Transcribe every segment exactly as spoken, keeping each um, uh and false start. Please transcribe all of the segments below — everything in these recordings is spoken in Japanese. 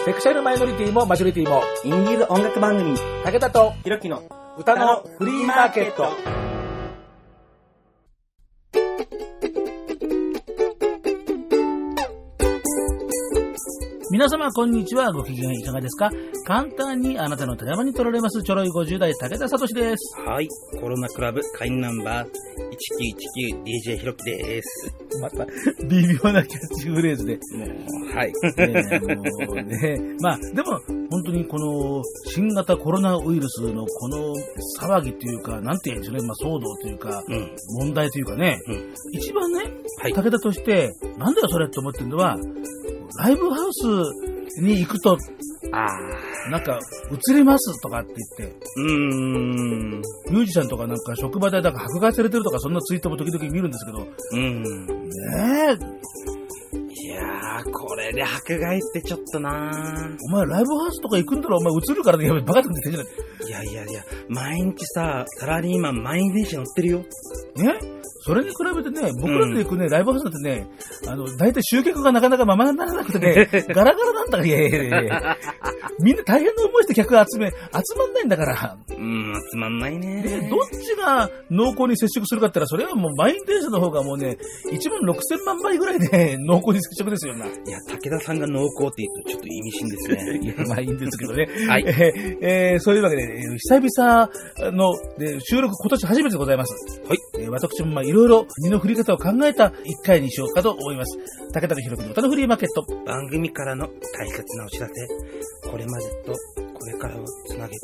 セクシャルマイノリティもマジョリティもインディーズ音楽番組武田とひろきの歌のフリーマーケット。皆様こんにちは。ご機嫌いかがですか？簡単にあなたの手玉に取られますちょろいごじゅう代武田聡です。 はい、コロナクラブ会員ナンバーいちきゅういちきゅう ディージェー ひろきです。 また微妙なキャッチフレーズでもうはいねもうねまあでも本当にこの新型コロナウイルスのこの騒ぎというかなんていうんですよね、まあ騒動というか、うん、問題というかね、うん、一番ね、はい、武田としてなんだよそれって思ってるのはライブハウスに行くとあなんか映れますとかって言ってうーんミュージシャンとかなんか職場でなんか迫害されてるとかそんなツイートも時々見るんですけどうんねえいやーこれで迫害ってちょっとなーお前ライブハウスとか行くんだろお前映るからねバカとか言ってんじゃないいやいやいや毎日さサラリーマン満員電車乗ってるよねそれに比べてね、僕らで行くね、うん、ライブハウスなんてね、あの、大体集客がなかなかままならなくてね、ガラガラなんだから、いやいやいやいやみんな大変な思いして客が集め、集まんないんだから。 うん、集まんないね。 で、どっちが濃厚に接触するかって言ったら、それはもう満員電車の方がもうね、いちまんろくせんまん倍ぐらいで、ね、濃厚に接触ですよな。いや、武田さんが濃厚って言うとちょっと意味深ですね。 いや、まあいいんですけどね。 はい。 えーえー、そういうわけで、久々ので収録今年初めてでございます。はい。えー、私もまあいろいろ身の振り方を考えた一回にしようかと思います。武田ひろきの歌のフリーマーケット。 番組からの大切なお知らせ。これまでとこれからをつなげたい。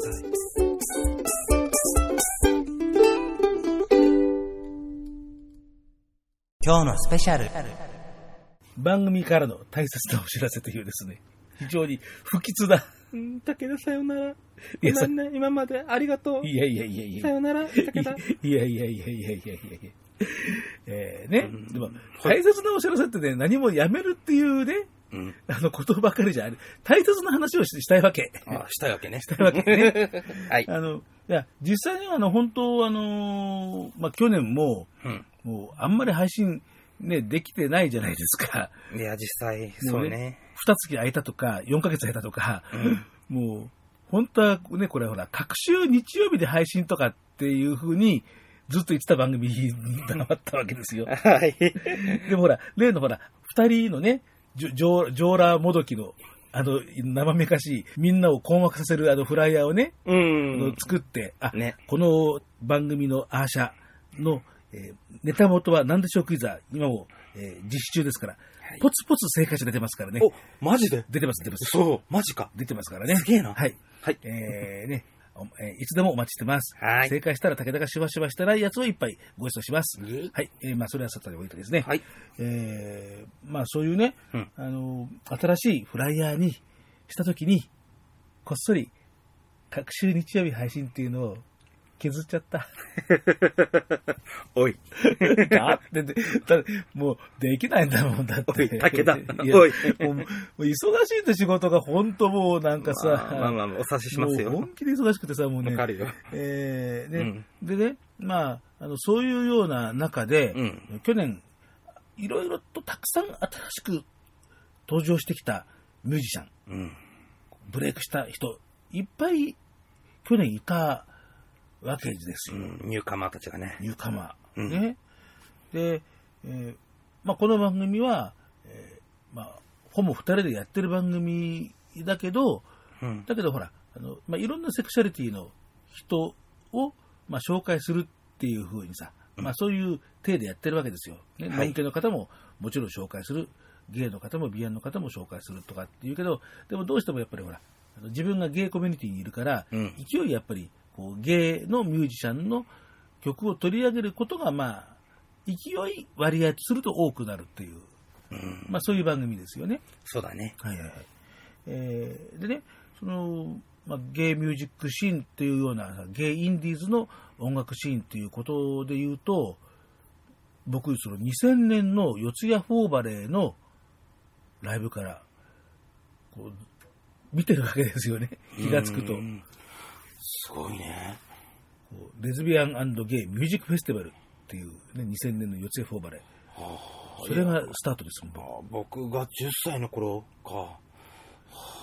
今日のスペシャル。 番組からの大切なお知らせというですね、非常に不吉だ。 うん、武田さよなら。いや、ね、今までありがとう。 いやいやいやいや。 さよなら、武田。 いやいやいやいやいやいやいや。えー、ね、うん、でも大切なお知らせってね、何もやめるっていうね、うん、あのことばかりじゃある。大切な話をしたいわけ。 ああ、したいわけね。 したいわけね。はい。あの、いや、実際にはあの、本当、あの、まあ、去年も、うん、もう、あんまり配信、ね、できてないじゃないですか。 いや、実際、そうね。 ね二月空いたとか、よんかげつ空いたとか、うん、もう、本当はね、これほら、各週日曜日で配信とかっていう風に、ずっと言ってた番組だったわけですよ。はい。でもほら、例のほら、二人のね、ジョーラーもどきの、あの、生めかしい、みんなを困惑させるあのフライヤーをね、うん、作って、あ、ね、この番組のアーシャの、えー、ネタ元は何でしょうクイズは今も、えー、実施中ですから、はい、ポツポツ正解者出てますからね。 お、マジで出てます、出てます。 そう、マジか。 出てますからね。 すげえな。 はい。はい。えー、ね。えー、いつでもお待ちしてます。はい。正解したら武田がしばしばしてないやつをいっぱいご馳走します。はい。えー、まあ、それはさておいてですね。はい。えー、まあ、そういうね、うん、あの、新しいフライヤーにしたときに、こっそり、各週日曜日配信っていうのを削っちゃった。 おい。 だって、だもう、できないんだもん、だって。おい、 武田。おい。 もう、もう忙しいって仕事がほんともうなんかさ、 まあまあまあ、お察ししますよ。 もう本気で忙しくてさ、もうね。 わかるよ。 えー、ね、うん、でね、まあ、あの、そういうような中で、うん、去年、いろいろとたくさん新しく登場してきたミュージシャン、うん、ブレイクした人、いっぱい去年いたわけですよ。うん、 ニューカマーたちがね。 ニューカマー。うん、ね。で、えー、まあ、この番組は、えー、まあ、ほぼ二人でやってる番組だけど、うん、だけどほら、あの、まあ、いろんなセクシャリティの人を、まあ、紹介するっていう風にさ、うん、まあ、そういう体でやってるわけですよ。ね。はい、ノンケの方ももちろん紹介する。ゲイの方もビアンの方も紹介するとかっていうけど、でもどうしてもやっぱりほら、自分がゲイコミュニティにいるから、うん、勢いやっぱり、こうゲイのミュージシャンの曲を取り上げることが、まあ、勢い割合とすると多くなるっていう、うん、まあそういう番組ですよね。 そうだね。 はいはいはい。えー、でね、その、まあ、ゲイミュージックシーンっていうような、ゲイインディーズの音楽シーンっていうことで言うと、僕、そのにせんねんの四谷フォーバレーのライブから、こう、見てるわけですよね。気がつくと。 すごいね。 レズビアン&ゲイミュージックフェスティバルっていう、ね、にせんねんの四谷フォーバレー。はあ、それがスタートですもん。 僕がじゅっさいの頃か。は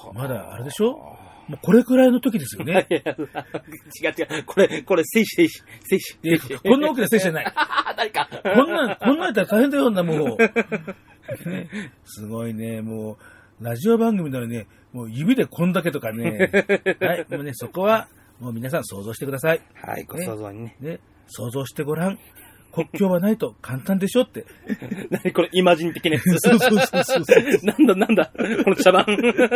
まだあれでしょ、もうこれくらいの時ですよね。 いや違う違う。これ、これ、精子、精子、精子。 いやこんな大きな精子じゃない。 誰か。 こんな、こんなんやったら大変だよな、もう。ね、すごいね、もう、ラジオ番組なのにね、もう指でこんだけとかね。はい、もうね、そこは、もう皆さん想像してください。 はい、ご想像にね。 ね、想像してごらん。国境はないと簡単でしょって。 何これ、イマジン的なやつ。 そうそうそうそう。 なんだなんだ、この茶番。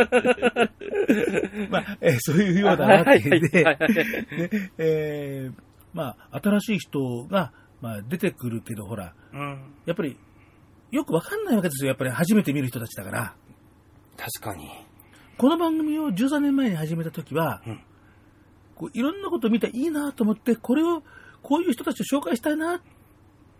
まあ、えー、そういうようなわけで、えー、まあ、新しい人が、まあ、出てくるけど、ほら、うん、やっぱり、よくわかんないわけですよ。やっぱり初めて見る人たちだから。 確かに。この番組をじゅうさんねんまえに始めたときは、うん、こういろんなことを見ていいなと思って、これを、こういう人たちを紹介したいなって、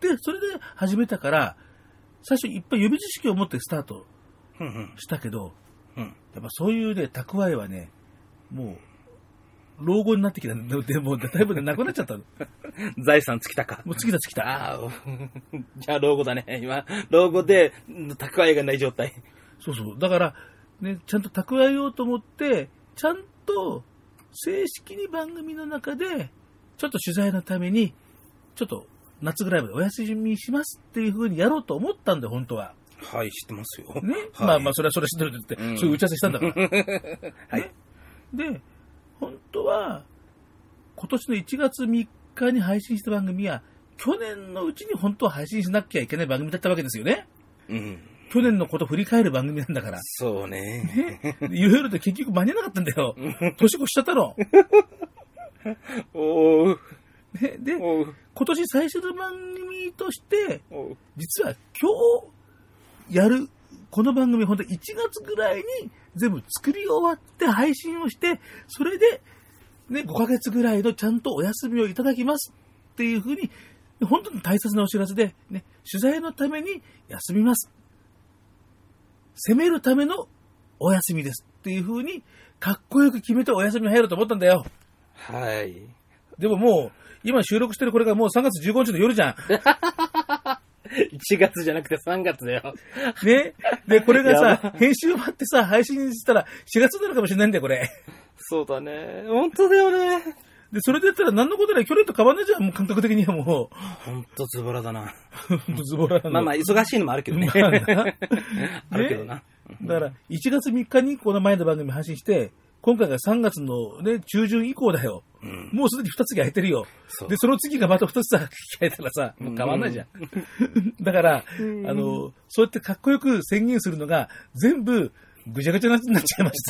それで始めたから、最初いっぱい予備知識を持ってスタートしたけど、うんうん、やっぱそういうね、蓄えはね、もう、老後になってきたので、もうだいぶなくなっちゃったの。 財産尽きたか。 もう尽きた尽きた。 ああ、じゃあ老後だね。今、老後で蓄えがない状態。 そうそう。だから、ね、ちゃんと蓄えようと思って、ちゃんと正式に番組の中で、ちょっと取材のために、ちょっと夏ぐらいまでお休みしますっていう風にやろうと思ったんだよ、本当は。 はい、知ってますよ。 ね。 はい、 まあまあ、それはそれは知ってるって、うん、そういう打ち合わせしたんだから。 はい、 ね。で、本当は、今年のいちがつみっかに配信した番組は、去年のうちに本当は配信しなきゃいけない番組だったわけですよね。 うん。 去年のことを振り返る番組なんだから。 そうね。 ね。いろいろと結局間に合わなかったんだよ。年越しちゃったの。 おー。 で、で今年最初の番組として、実は今日やる、この番組、本当いちがつぐらいに全部作り終わって配信をして、それで、ね、ごかげつぐらいのちゃんとお休みをいただきますっていうふうに、本当に大切なお知らせで、ね、取材のために休みます。攻めるためのお休みですっていうふうに、かっこよく決めてお休みに入ろうと思ったんだよ。 はい。 でももう、今収録してるこれがもうさんがつじゅうごにちの夜じゃん。 いちがつじゃなくてさんがつだよ。 ね。で、これがさ、編集終わってさ、配信したらしがつになるかもしれないんだよ、これ。 そうだね。本当だよね。 で、それで言ったら何のことない。去年と変わんないじゃん、もう感覚的にはもう。 ほんとズボラだな。 ほんとズボラなの。 まあまあ、忙しいのもあるけどね。まあ、あるけどな。ね、 だから、いちがつみっかにこの前の番組配信して、今回がさんがつのね、中旬以降だよ。うん、もうすでにふたつき空いてるよ。で、その次がまたふたつ空いたらさ、もう変わんないじゃん。ん、だから、あの、そうやってかっこよく宣言するのが、全部、ぐちゃぐちゃになっちゃいました。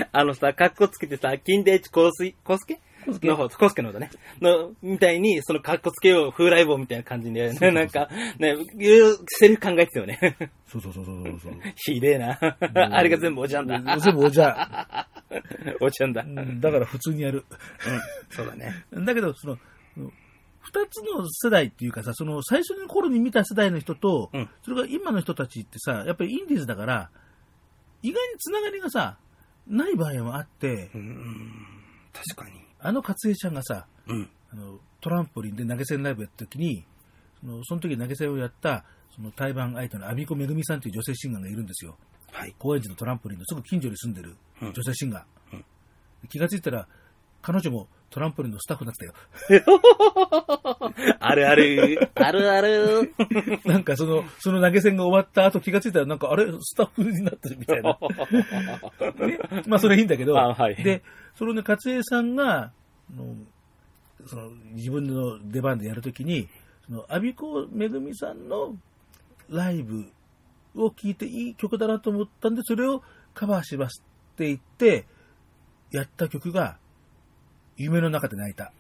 あのさ、かっこつけてさ、金田一コースイ、コースケの方、コースケの方だね。の、みたいに、そのかっこつけよう、風来坊みたいな感じで、ね、なんか、ね、セリフ考えてたよね。 そうそうそうそうそう。 ひでえな。あれが全部おじゃんだ。 全部おじゃ。 おじゃんだ。 だから普通にやる。 うん、そうだね。 だけど、その、二つの世代っていうかさ、その最初の頃に見た世代の人と、うん、それが今の人たちってさ、やっぱりインディーズだから、意外につながりがさ、ない場合もあって、 うん、確かに。 あの勝江ちゃんがさ、 うん、 あのトランポリンで投げ銭ライブやった時に、そのその時投げ銭をやったその対バン相手の阿比子めぐみさんという女性シンガーがいるんですよ。 はい、 高円寺のトランポリンのすぐ近所に住んでる女性シンガー。 うんうん、 気がついたら、彼女もトランポリンのスタッフになってたよ。あるある。あるある。 なんかその、その投げ銭が終わった後気がついたらなんかあれスタッフになってるみたいな。ね、まあそれいいんだけど。 はい、 で、そのね、勝江さんが、のその自分の出番でやるときに、その阿比子めぐみさんのライブを聴いていい曲だなと思ったんで、それをカバーしますって言って、やった曲が、夢の中で泣いた。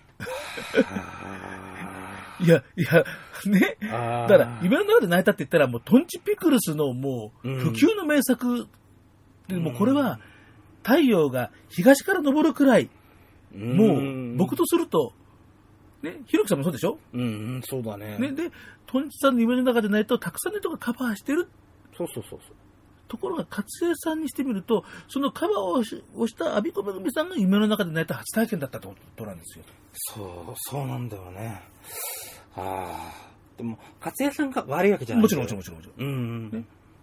いや、いや、ね。だから、夢の中で泣いたって言ったら、もう、トンチピクルスのもう、不朽の名作。でも、これは、太陽が東から昇るくらい、もう、僕とすると、ね、ひろきさんもそうでしょ？ うん、そうだね。 ね、で、トンチさんの夢の中で泣いたをたくさんの人がカバーしてる。 そうそうそうそう。 ところが、勝江さんにしてみると、そのカバーを し, をした阿比子めぐみさんが夢の中で泣いた初体験だったってことなんですよ。 そう、そうなんだよね。ああ。でも、勝江さんが悪いわけじゃない。 もちろん、もちろん、もちろん。もちろんうん、うん。 ね、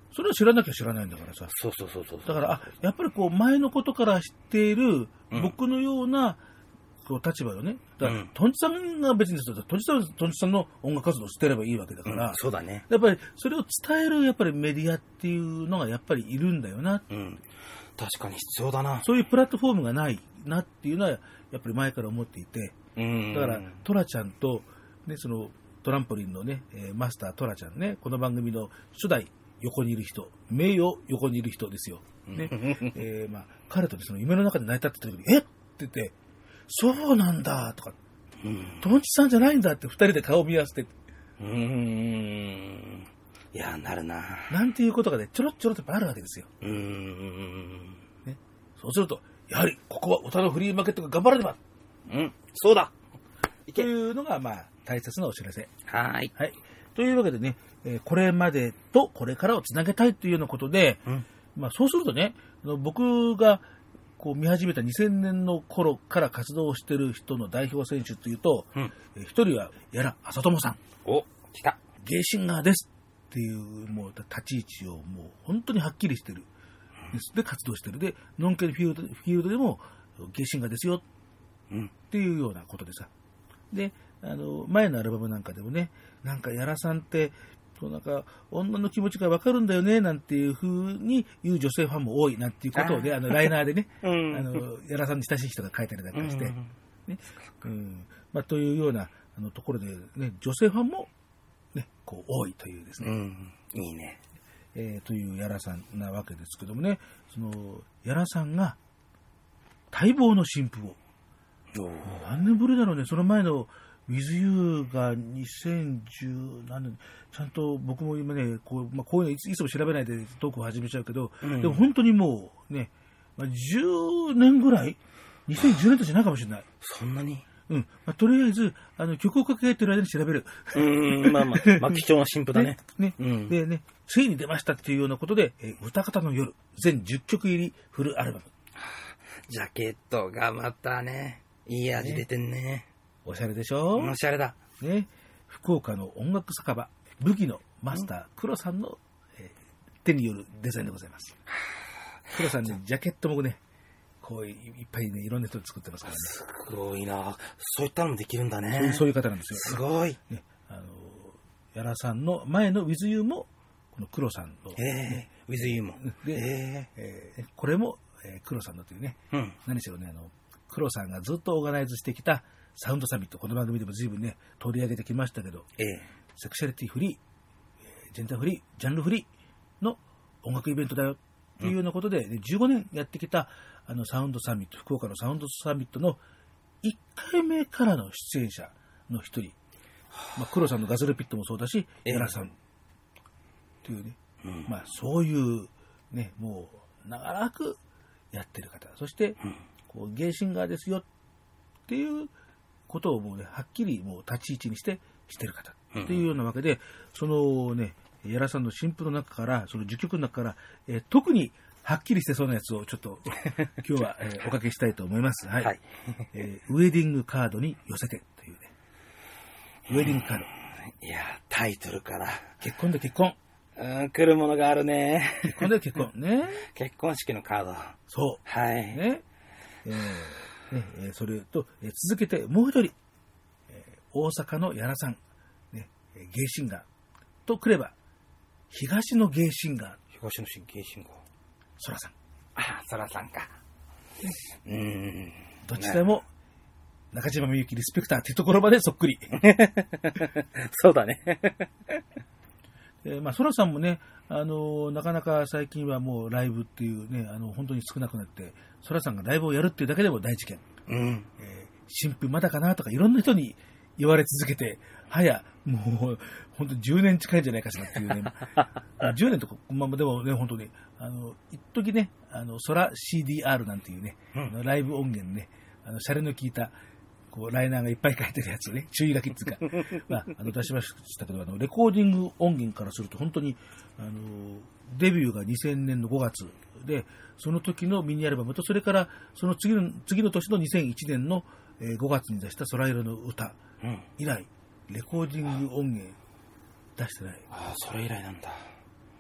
それは知らなきゃ知らないんだからさ。 そうそうそうそう。 だから、あ、やっぱりこう、前のことから知っている、僕のような、こう立場よね。だから、うん、トンチさんが別に、トンチさんはトンチさんの音楽活動をしてればいいわけだから、うん、 そうだね。 やっぱり、それを伝える、やっぱりメディアっていうのがやっぱりいるんだよな。 うん。確かに必要だな。 そういうプラットフォームがないなっていうのは、やっぱり前から思っていて、うん、だから、トラちゃんと、ね、その、トランポリンのね、マスタートラちゃんね、この番組の初代横にいる人、名誉横にいる人ですよ。ね。えー、まあ、彼とその夢の中で泣いたって言った時に、えって言って、そうなんだとか、うん、トンチさんじゃないんだって二人で顔を見合わせて。 うーん。いや、なるな。 なんていうことがね、ちょろちょろっとあるわけですよ。 うーん。 ね。そうすると、やはり、ここは歌のフリーマーケットが頑張らねば。 うん。そうだ。 というのが、まあ、大切なお知らせ。 はい。 はい。というわけでね、えー、これまでとこれからをつなげたいというようなことで、うん、まあ、そうするとね、僕が、こう見始めたにせんねんの頃から活動をしている人の代表選手というと、一、うん、人は矢良朝友さん。 お、来た。 ゲイシンガーですっていうもう立ち位置をもう本当にはっきりしてる。で活動してる。で、ノンケルフィールド、フィールドでもゲイシンガーですよっていうようなことでさ。で、あの前のアルバムなんかでもね、なんか矢良さんってなんか女の気持ちが分かるんだよねなんていう風に言う女性ファンも多いなんていうことをね、あのライナーでね、うん、あの矢良さんに親しい人が書いたりなんかして、うんねうんまあ、というようなあのところで、ね、女性ファンも、ね、こう多いというですね、 うん、いいね、 えー、という矢良さんなわけですけどもね、その矢良さんが待望の新譜を何年ぶりだろうね、その前のWith You がにせんじゅう何年、ちゃんと僕も今ね、こう、まあ、こういうのいついつも調べないでトークを始めちゃうけど、うん、でも本当にもうね、まあ、じゅうねんぐらい ?にせんじゅうねんとじゃないかもしれない。 そんなにうん。まあ、とりあえず、あの、曲をかけてる間に調べる。 うん、まあまあ、まあ、貴重な新譜だね。 ね。ね、うん、でね、ついに出ましたっていうようなことで、え歌方の夜、全じゅっきょく入りフルアルバム。 ジャケットがまたね、いい味出てんね。ねおしゃれでしょ。 おしゃれだ。 ね、福岡の音楽酒場、武器のマスター、黒さんの、えー、手によるデザインでございます。黒さんね、ジャケットもね、こういっぱいね、いろんな人で作ってますからね。 すごいな。そういったのもできるんだね。 そういう、そういう方なんですよ。 すごい。 ね、あの、矢良さんの前の With You も、この黒さんの、 ね、えー、With You も。 で、えーえー、これも、えー、黒さんのというね、うん、何しろね、あの、黒さんがずっとオーガナイズしてきたサウンドサミット、この番組でも随分ね、取り上げてきましたけど、ええ、セクシャリティフリー、ジェンダーフリー、ジャンルフリーの音楽イベントだよっていうようなことで、うん、じゅうごねんやってきたあのサウンドサミット、福岡のサウンドサミットのいっかいめからの出演者の一人、まあ、黒さんのガズルピットもそうだし、矢良さんというね、うん、まあそういうね、もう長らくやってる方、そして、うん、こうゲイシンガーですよっていうことをもうね、はっきりもう立ち位置にしてしてる方っていうようなわけで、うん、そのね、矢良さんの新譜の中から、そのじゅっきょくの中から、えー、特にはっきりしてそうなやつをちょっと今日は、えー、おかけしたいと思います。はい。はい、えー、ウェディングカードに寄せてというね。ウェディングカード。 いや、タイトルから。 結婚で結婚。 うん、来るものがあるね。 結婚で結婚。ね。 結婚式のカード。 そう。 はい。 ね。えーね、それと、えー、続けてもう一人、えー、大阪の矢良さん、ね、ゲイシンガーとくれば、東のゲイシンガー。 東のゲイシンガー。 ソラさん。 ああ、ソラさんか。うーん。 どちらも、中島みゆきリスペクターっていうところまでそっくり。 そうだね。 えー、まあ、ソラさんもね、あのー、なかなか最近はもうライブっていうね、あの、本当に少なくなって、ソラさんがライブをやるっていうだけでも大事件。うん。えー、新婦まだかなとかいろんな人に言われ続けて、早、もう、本当にじゅうねん近いんじゃないかしらっていうね。じゅうねんとか、まあ、でもね、本当に、あの、一時ね、あの、ソラ シーディーアール なんていうね、うん、ライブ音源ね、あの、シャレの効いた、こうライナーがいっぱい書いてるやつをね、注意書きっていうか、まあ、あの出しましたけど、あのレコーディング音源からすると本当にあのデビューがにせんねんのごがつで、その時のミニアルバムと、それからその次の次の年のにせんいちねんのごがつに出した空色の歌以来、うん、レコーディング音源出してない。 ああ、それ以来なんだ。 そう。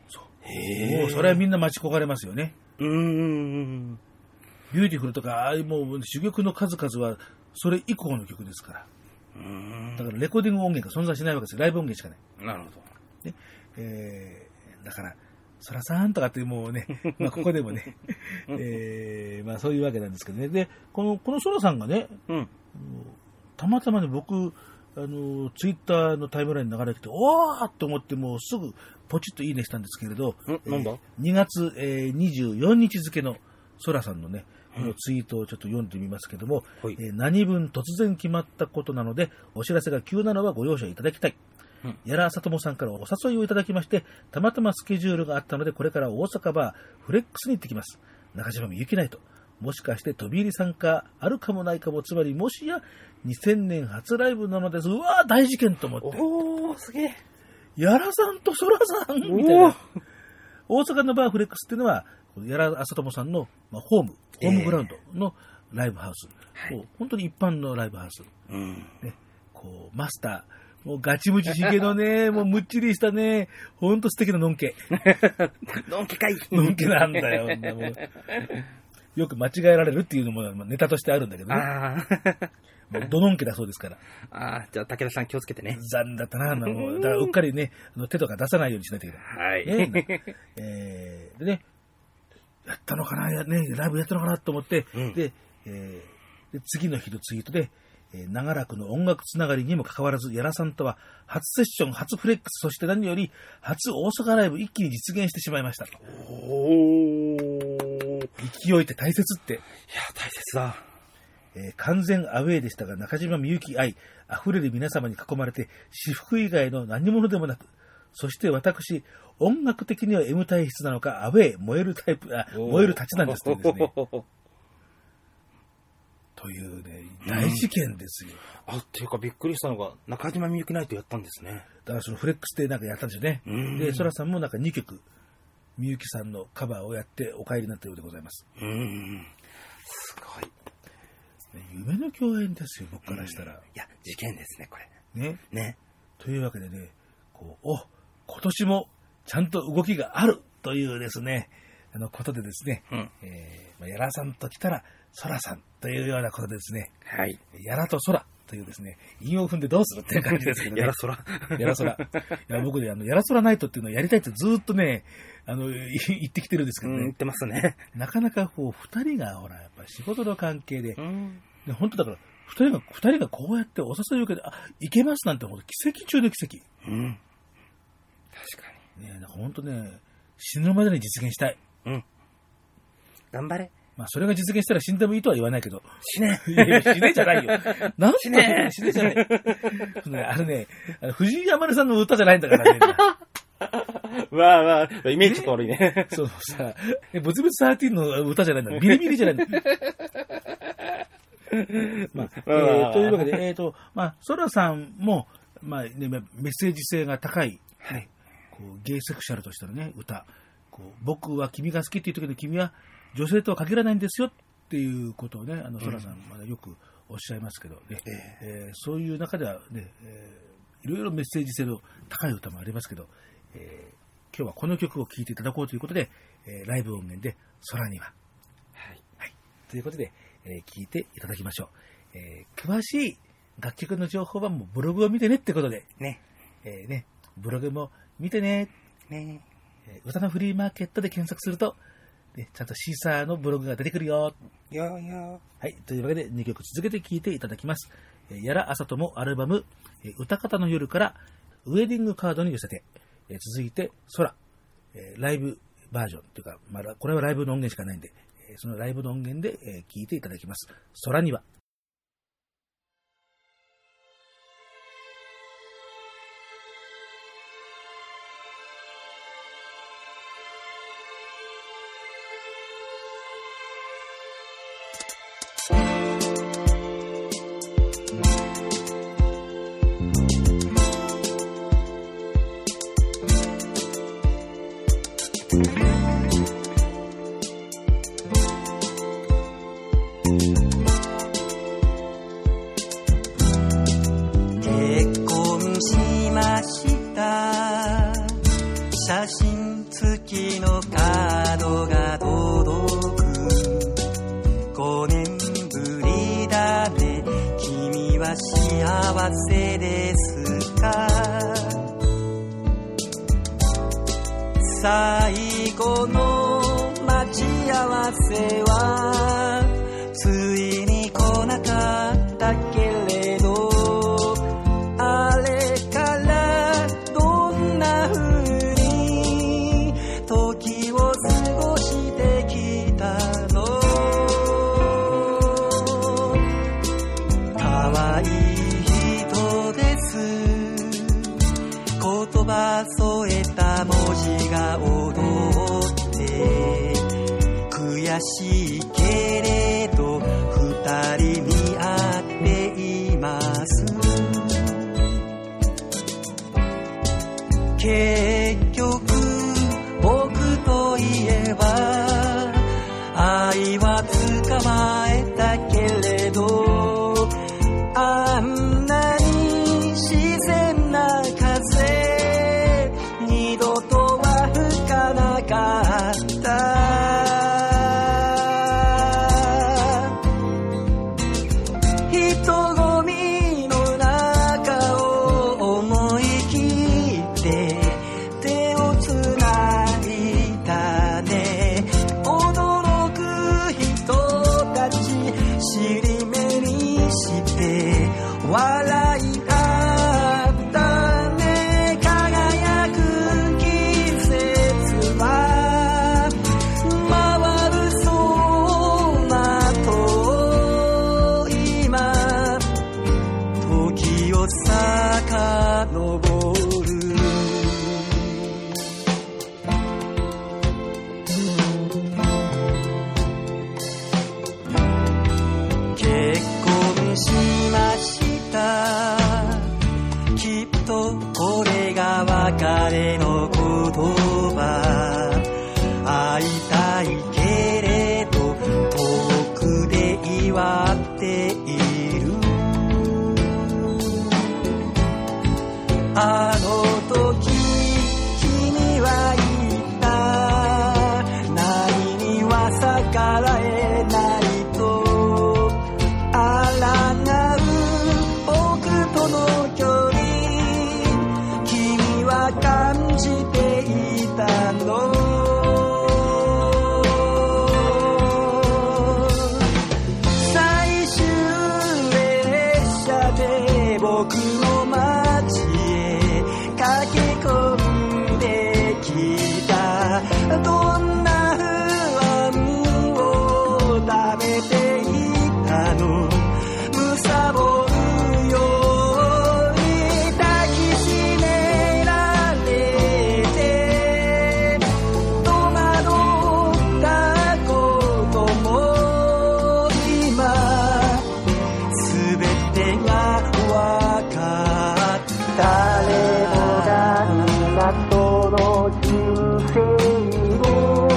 へもうそれはみんな待ち焦がれますよね。 うーん。 ビューティフルとか、ああいうもう珠玉の数々は、それ以降の曲ですから。 うーん。 だからレコーディング音源が存在しないわけですよ。ライブ音源しかない。 なるほど。 ねえー、だから、そらさんとかってもうね、まあここでもね、えー、まあそういうわけなんですけどね。で、この、このそらさんがね、 うん。 たまたまね、僕、あの、ツイッターのタイムラインに流れてきて、おーっと思ってもうすぐポチッといいねしたんですけれど、 んなんだ、 えー、にがつ、えー、にじゅうよっか付のそらさんのね、このツイートをちょっと読んでみますけども、 はい、 えー、何分突然決まったことなので、お知らせが急なのはご容赦いただきたい。うん、やらさともさんからお誘いをいただきまして、たまたまスケジュールがあったので、これから大阪バーフレックスに行ってきます。中島みゆきナイト。もしかして飛び入り参加あるかもないかも、つまりもしやにせんねん初ライブなのです。うわー大事件と思って。 おー、すげえ。 やらさんとそらさんみたいな。大阪のバーフレックスっていうのは、やらさともさんの、まあ、ホーム、ホームグラウンドのライブハウス。えー、本当に一般のライブハウス。うん、ね、こうマスター、もうガチムチひげのね、もうむっちりしたね、ほんと素敵なのんけ。 のんけかい。 のんけなんだよ。もうよく間違えられるっていうのもネタとしてあるんだけどね。あもうドノンケだそうですから。 ああ、じゃあ武田さん気をつけてね。 残だったな。もうだからうっかりね、手とか出さないようにしないといけない。 はい。 ねえー、でね、やったのかな、やね、ライブやったのかなと思って、うん、で、えー、で次の日のツイートで、えー、長らくの音楽つながりにもかかわらず、やらさんとは初セッション、初フレックス、そして何より初大阪ライブ一気に実現してしまいました。おー。勢いって大切って。いや、 大切だ。 えー、完全アウェーでしたが、中島みゆき愛あふれる皆様に囲まれて、私服以外の何者でもなく、そして私、音楽的には M 体質なのか、アウェー、燃えるタイプ、あ燃えるたちなんですとですね。というね、大事件ですよ。 うん、あ、っていうかびっくりしたのが、中島みゆきナイトやったんですね。 だからそのフレックスでなんかやったんですよね。で、そらさんもなんかにきょく、みゆきさんのカバーをやってお帰りになったようでございます。 うん。すごい。 夢の共演ですよ、僕からしたら。いや、事件ですね、これ。 ね。 ね。 というわけでね、こう、お、今年もちゃんと動きがあるというですね、あのことでですね、うん、えーまあ、やらさんと来たら、そらさんというようなことでですね、 はい。 やらとそらというですね、韻を踏んでどうするっていう感じですけどね。 やらそら。 やらそら。いや僕ね、あの、やらそらナイトっていうのをやりたいってずーっとね、あの、言ってきてるんですけどね。 言ってますね。 なかなかこう、二人がほら、やっぱり仕事の関係で、うん、で本当だから、二人が、二人がこうやってお誘いを受けて、あ、行けますなんて、ほんと奇跡中の奇跡。 うん。確かに。ねえ、なんかほんとね、死ぬまでに実現したい。 うん。頑張れ。 まあ、それが実現したら死んでもいいとは言わないけど。 死ね。 いやいや死ねじゃないよ。なん死ね。死ねじゃない。あのね、あの藤井山根さんの歌じゃないんだからね。 まあまあ、イメージちょっと悪いね。 そうさ、ブツブツじゅうさんの歌じゃないんだ。ビリビリじゃないんだ。まあ、えー、というわけで、えっ、ー、と、まあ、ソラさんも、まあ、ね、メッセージ性が高い、はい、こうゲイセクシャルとしてのね、歌。こう僕は君が好きっていう時の君は女性とは限らないんですよっていうことをね、あの、ソラさんまだよくおっしゃいますけどね、えーえー、そういう中ではね、えー、いろいろメッセージ性の高い歌もありますけど、えー、今日はこの曲を聴いていただこうということで、えー、ライブ音源で空には。はい。はい。ということで、えー、聴いていただきましょう。えー、詳しい楽曲の情報はもうブログを見てねってことで、 ね。 えー、ね、ブログも見てね。 ね。 歌のフリーマーケットで検索すると、ね、ちゃんとシーサーのブログが出てくるよ。 よよ。 はい。というわけでにきょく続けて聴いていただきます。やらあさともアルバム、歌方の夜からウェディングカードに寄せて、続いて空、ライブバージョンというか、まだこれはライブの音源しかないんで、そのライブの音源で聴いていただきます。空には。 写真付きわせですか。最後の待ち合わせはついに来なかったけれど、あれからどんな風に時を過ごしてきたの。可愛い人です。言葉添えた文字が踊って悔しいけれど二人見合っています。結局僕といえば愛は捕まえたけれど、あんなに自然な風二度とは吹かなかった。人混みの中を思い切って手をつないだね。驚く人たち尻目にして笑い合ったね。輝く季節は回るそうなと今時を遡る。結婚しました。きっとこれが別れの言葉。会いたいけれど遠くで祝っている。あの時君は言った。何には逆らえないと。あらなる僕との距離君は感じていたの。最終列車で僕の街へ駆け込んできた。どんな不安を食べていたの。貪るように抱きしめられて戸惑ったことも今すべてがわかった。誰もが皆その人生を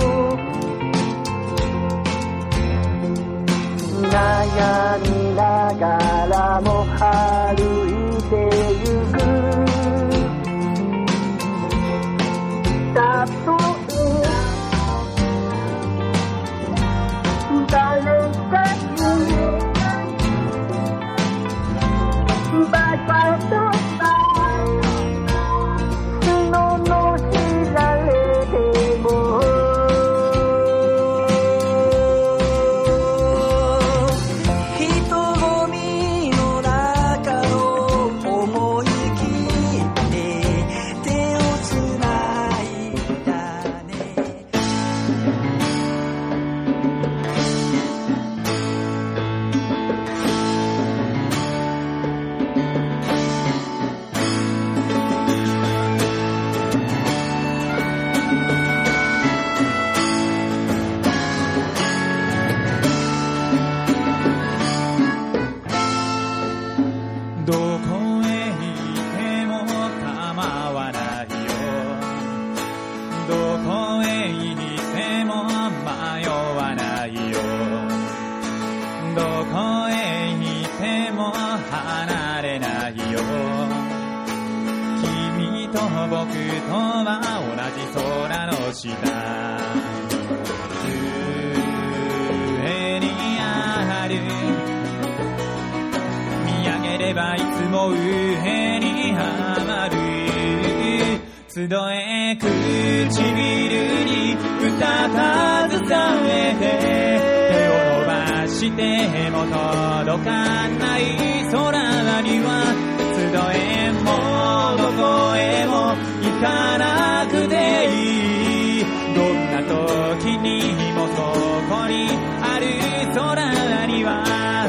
悩みながらも歩いてゆく。たとえ誰かにバカと罵られても人混みの中を思い切って手をつないだね。 どこへ行っても構わないよ。どこへ行っても迷わないよ。どこへ行っても離れないよ。君と僕とは同じ空の下。上にある見上げれればいつも上にはまる集え唇に歌携えて手を伸ばしても届かない空には集えもどこへも行かなくていいどんな時にもそこにある空には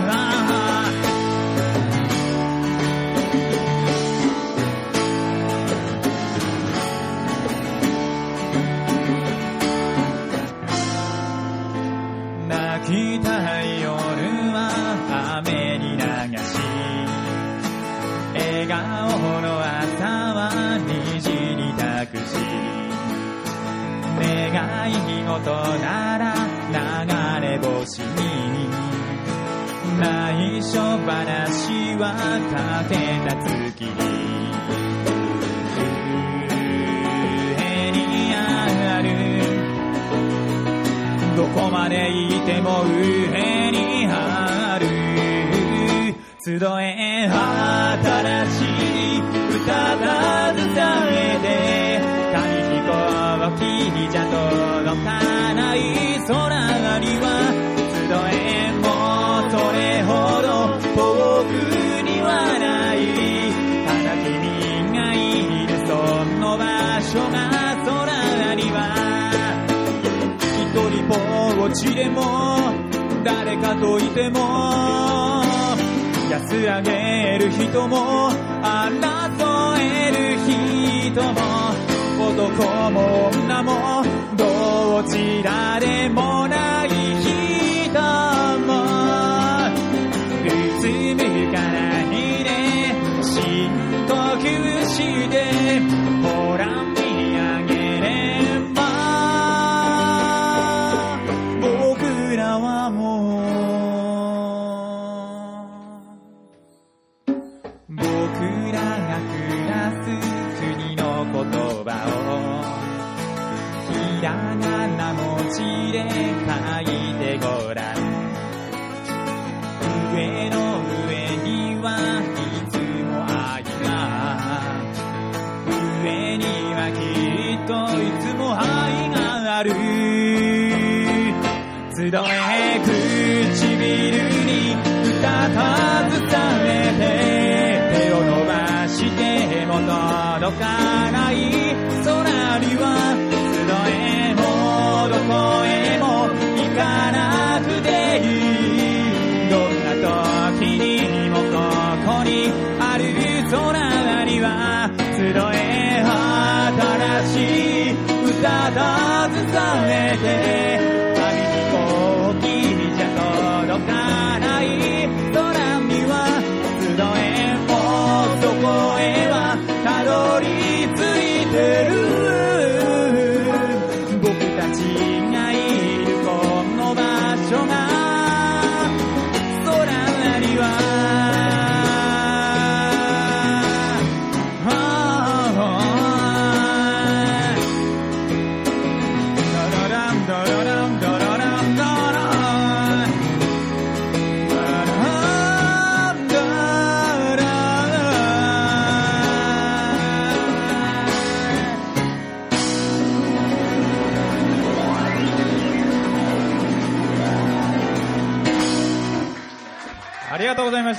泣きたい夜は雨に流し笑顔の朝は虹に託し願い事なら流れ星に内緒話はかけた月に上にあるどこまでいても上にある集え新しい歌携えて紙飛行機じゃ届かない空には集えもそれほど遠くにはないただ君がいるその場所が空には一人ぼっちでも誰かといても安上げる人も争える人も男も女もどちらでもない人もうつむかないで深呼吸してほら見上げれば僕らはもう僕らが暮らす国の言葉をひらがな文字で書いてごらん上の上にはいつも愛が上にはきっといつも愛がある集え唇に歌携えて手を伸ばしても届かない空には集えもどこへも行かなくていいどんな時にもここにある空には集え新しい歌携えて紙飛行機じゃ届かない空には集えもそこへはたどり着いてる僕たちがいるこの場所が空にはありがとうございました。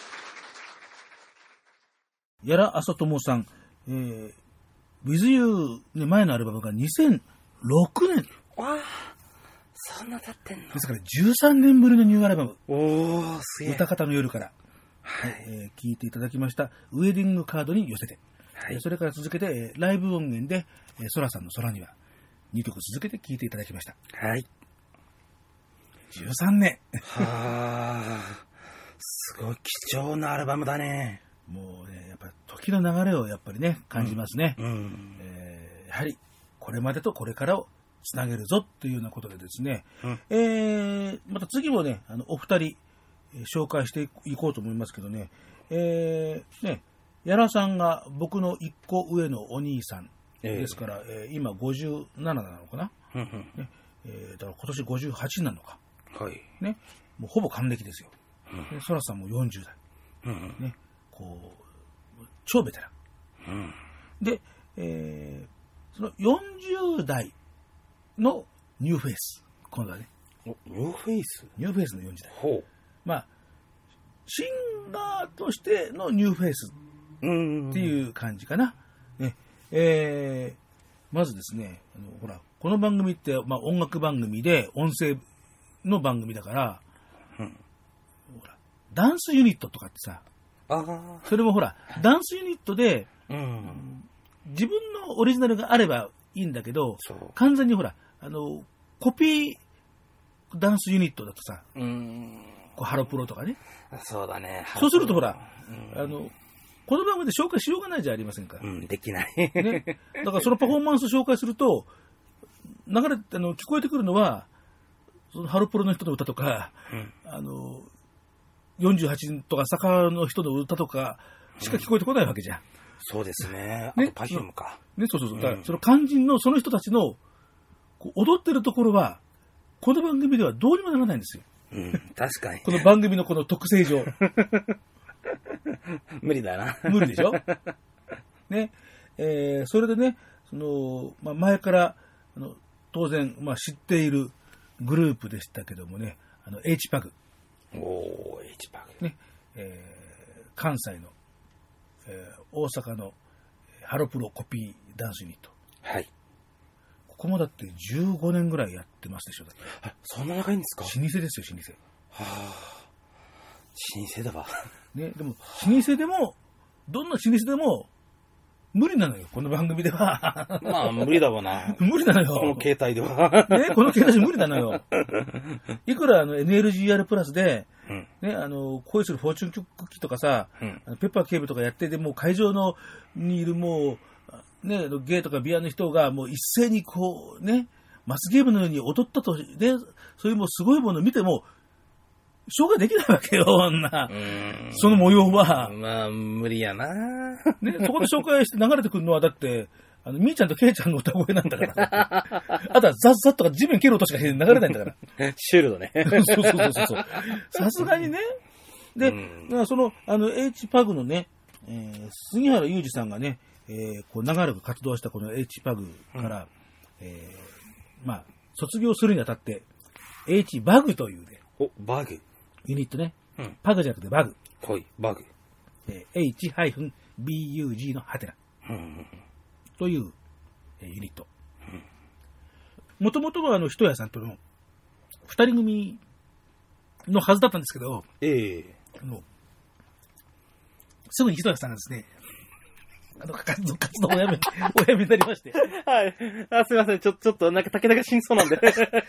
やらあさともさん、えー、With You、ね、前のアルバムがにせんろくねん。 わあ、そんな経ってんの。 ですからじゅうさんねんぶりのニューアルバム。 おー、すげえ。 歌方の夜から、はいえー、聞いていただきました。ウェディングカードに寄せて。はい、それから続けて、ライブ音源で、えー、ソラさんの空にはにきょく続けて聴いていただきました。 はい。 じゅうさんねん。 はあ、すごい貴重なアルバムだね。 もうね、やっぱり時の流れをやっぱりね、感じますね。 うんうんえー、やはり、これまでとこれからをつなげるぞというようなことでですね、うん、えー、また次もね、あのお二人、えー、紹介していこうと思いますけどね、えー、ね、やらさんが僕の一個上のお兄さんですから、えー、今ごじゅうなななのかな、うんうんねえー、だから今年ごじゅうはちなのか、 はいね、もうほぼ還暦ですよ。そらさんもよんじゅうだい。 うんね、こう、超ベテラン。 うん。 で、えー、そのよんじゅう代のニューフェイス。今度はね。 お、ニューフェイスニューフェイスのよんじゅう代。 ほう。 まあ、シンガーとしてのニューフェイスうんっていう感じかな。ねえー、まずですね、あのほら、この番組って、まあ、音楽番組で音声の番組だから、 うん、 ほらダンスユニットとかってさ、 あそれもほら、ダンスユニットで、 うん、 自分のオリジナルがあればいいんだけど、完全にほら、あの、コピーダンスユニットだとさ、 うん、こうハロプロとかね。 そうだね。 そうするとほら、 うん、 あの、この番組で紹介しようがないじゃありませんか。 うん、できない。 ね。だからそのパフォーマンスを紹介すると、流れて、あの、聞こえてくるのは、そのハロプロの人の歌とか、うん、あの、よんじゅうはちとか坂の人の歌とかしか聞こえてこないわけじゃん。うん、 そうですね。ね、あとパフュームか。 ね、そうそうそう。だからその肝心のその人たちのこう踊ってるところは、この番組ではどうにもならないんですよ。 うん、確かに。 この番組のこの特性上。 無理だな。 無理でしょ。ね。えー、それでね、その、まあ、前から、あの、当然、まあ、知っているグループでしたけどもね、あの、H パグ。 おー、H パグ。 ね。えー、関西の、えー、大阪のハロプロコピーダンスユニット。 はい。 ここもだってじゅうごねんぐらいやってますでしょ。だってあ、そんな長いんですか？ 老舗ですよ、老舗。 はあ。老舗だわ。 ね、でも、老舗でも、どんな老舗でも、無理なのよ、この番組では。 まあ、無理だわな。 無理なのよ。 この携帯では。 ね、この携帯じゃ無理なのよ。いくらあの エヌエルジーアール プラスで、 うん、 ね、あの、恋するフォーチュンクッキーとかさ、 うん、 あのペッパー警部とかやってて、もう会場のにいるもう、ね、ゲイとかビアの人がもう一斉にこう、ね、罰ゲームのように踊ったと、ね、そういうもうすごいものを見ても、紹介できないわけよ、女。その模様は。 まあ、無理やな。 ね、そこで紹介して流れてくるのは、だって、あの、みーちゃんとけいちゃんの歌声なんだから。あとはザッザッとか地面蹴る音しか流れないんだから。 シュールドね。 そうそうそうそう。さすがにね。で、うん、その、あの、H パグのね、えー、杉原裕二さんがね、えー、こう長らく活動したこの H パグから、うん、えー、まあ、卒業するにあたって、H バグというね。 お、バグ。 ユニットね。 うん、 パグじゃなくてバグ。 はい、バグ。 えー、エイチビーユージー のハテナ。 うん、 という、えー、ユニット。もともとはあの、人屋さんとの二人組のはずだったんですけど、 ええー、 あのすぐに人屋さんがですね、あの、活動、活動をおやめ、おやめになりまして。 はい。あ、すいません。ちょ、ちょっと、なんか、武田が死にそうなんで。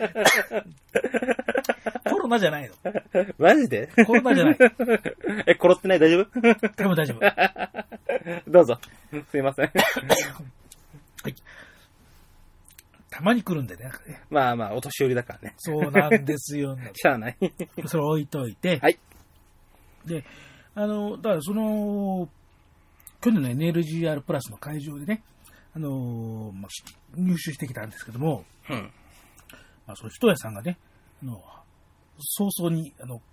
コロナじゃないの。 マジでコロナじゃない。 え、殺ってない大丈夫？ 多分大丈夫。 どうぞ。すいません。 はい。たまに来るんでね。なんかねまあまあ、お年寄りだからね。 そうなんですよ。 しゃあない。 それ置いといて。 はい。 で、あの、だからその、去年の エヌエルジーアール プラスの会場でね、あのーまあ、入手してきたんですけども、 うんまあ、その人屋さんがね、あの早々にあの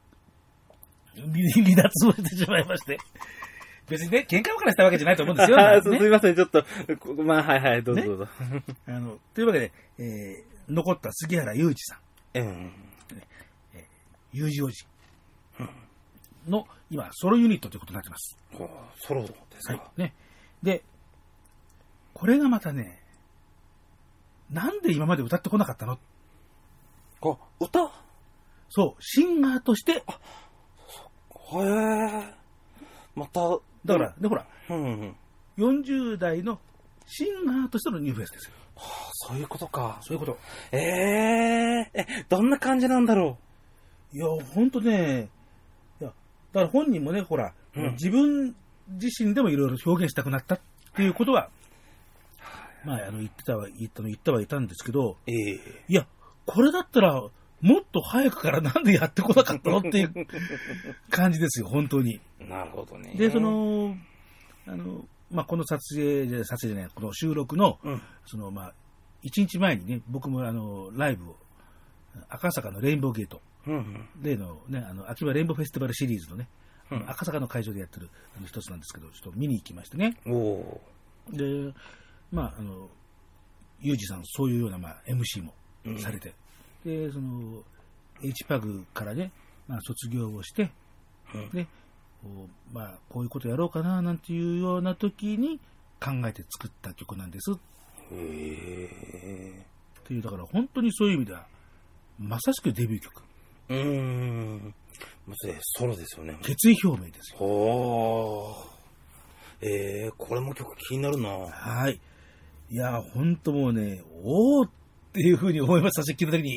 離脱をしてしまいまして、別にね、喧嘩別れしたわけじゃないと思うんですよ。 あね、 すみません、ちょっと、まあ、はいはい、どうぞどうぞ。 ね、あのというわけで、えー、残った杉原裕二さん、 うんえー、裕二おじの、今、ソロユニットということになってます。 ソロですか、 はい、ね。で、これがまたね、なんで今まで歌ってこなかったの？ あ、歌？ そう、シンガーとして。 あ、へえ。また。 だから、で、ほら、 うんうん、 よんじゅう代のシンガーとしてのニューフェイスですよ。 はあ、そういうことか。 そういうこと。 ええー、え、どんな感じなんだろう。いや、ほんとね、いや、だから本人もね、ほら、うん、自分自身でもいろいろ表現したくなったっていうことは、まあ、あの、言ってたは、言ったの、言ったはいたんですけど、 ええー、 いや、これだったら、もっと早くからなんでやってこなかったのっていう感じですよ、本当に。 なるほどね。 で、その、あの、まあ、この撮影じゃ、撮影じゃない、この収録の、 うん、 その、まあ、一日前にね、僕もあの、ライブを、赤坂のレインボーゲート、 うんうん、 例のね、あの、秋葉レインボーフェスティバルシリーズのね、 うん、赤坂の会場でやってるあの一つなんですけど、ちょっと見に行きましてね。おで、まあ、あの、ユージさん、そういうような、まあ、エムシー もされて、うん、で、その、エイチパグ からね、まあ、卒業をして、うん、で、こう、まあ、こういうことやろうかな、なんていうような時に考えて作った曲なんです。へー。っていう、だから本当にそういう意味では、まさしくデビュー曲。 うーん。まずソロですよね。 決意表明ですよ。 ほー。えー、これも曲気になるな。 はい。いや、本当もうね、おーっていうふうに思いましたし、聞いた時に。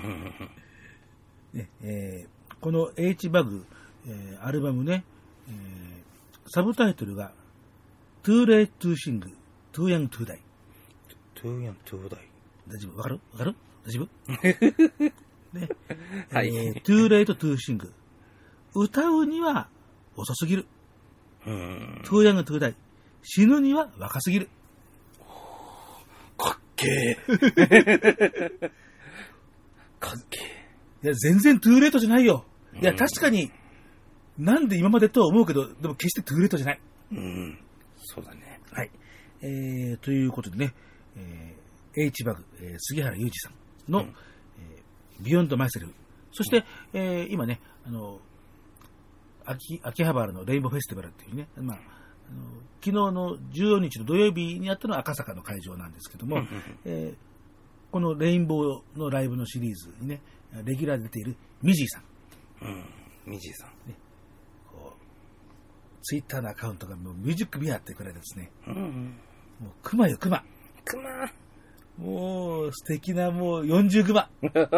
ねえー、この エイチパグ、えー、アルバムね、えー、サブタイトルが Too Late to Sing, Too Young to Die。 Too Young to Die。 大丈夫？わかる？わかる？大丈夫？ね、はい、えー、Too Late to Sing、 歌うには遅すぎる。うん、Too Young to Die、 死ぬには若すぎる。 かっけーかっけー。いや全然トゥーレートじゃないよ。いや、うん、確かになんで今までとは思うけど、でも決してトゥーレートじゃない。 うん、そうだね。 はい、えー、ということでね、えー、エイチパグ、えー、杉原裕二さんの、うん、えー、ビヨンドマイセルフ、そして、うん、えー、今ね、あの秋秋葉原のレインボーフェスティバルっていうね、まあ、あの昨日のじゅうよっかの土曜日にやったのは赤坂の会場なんですけども、うん、えー、このレインボーのライブのシリーズにね、レギュラーで出ているミジーさん、 うん、ミジーさん、ね、 こうツイッターのアカウントがもうミュージックビアってくらいですね、うん、もうクマよクマクマ、 もう素敵なもうよんじゅうグマ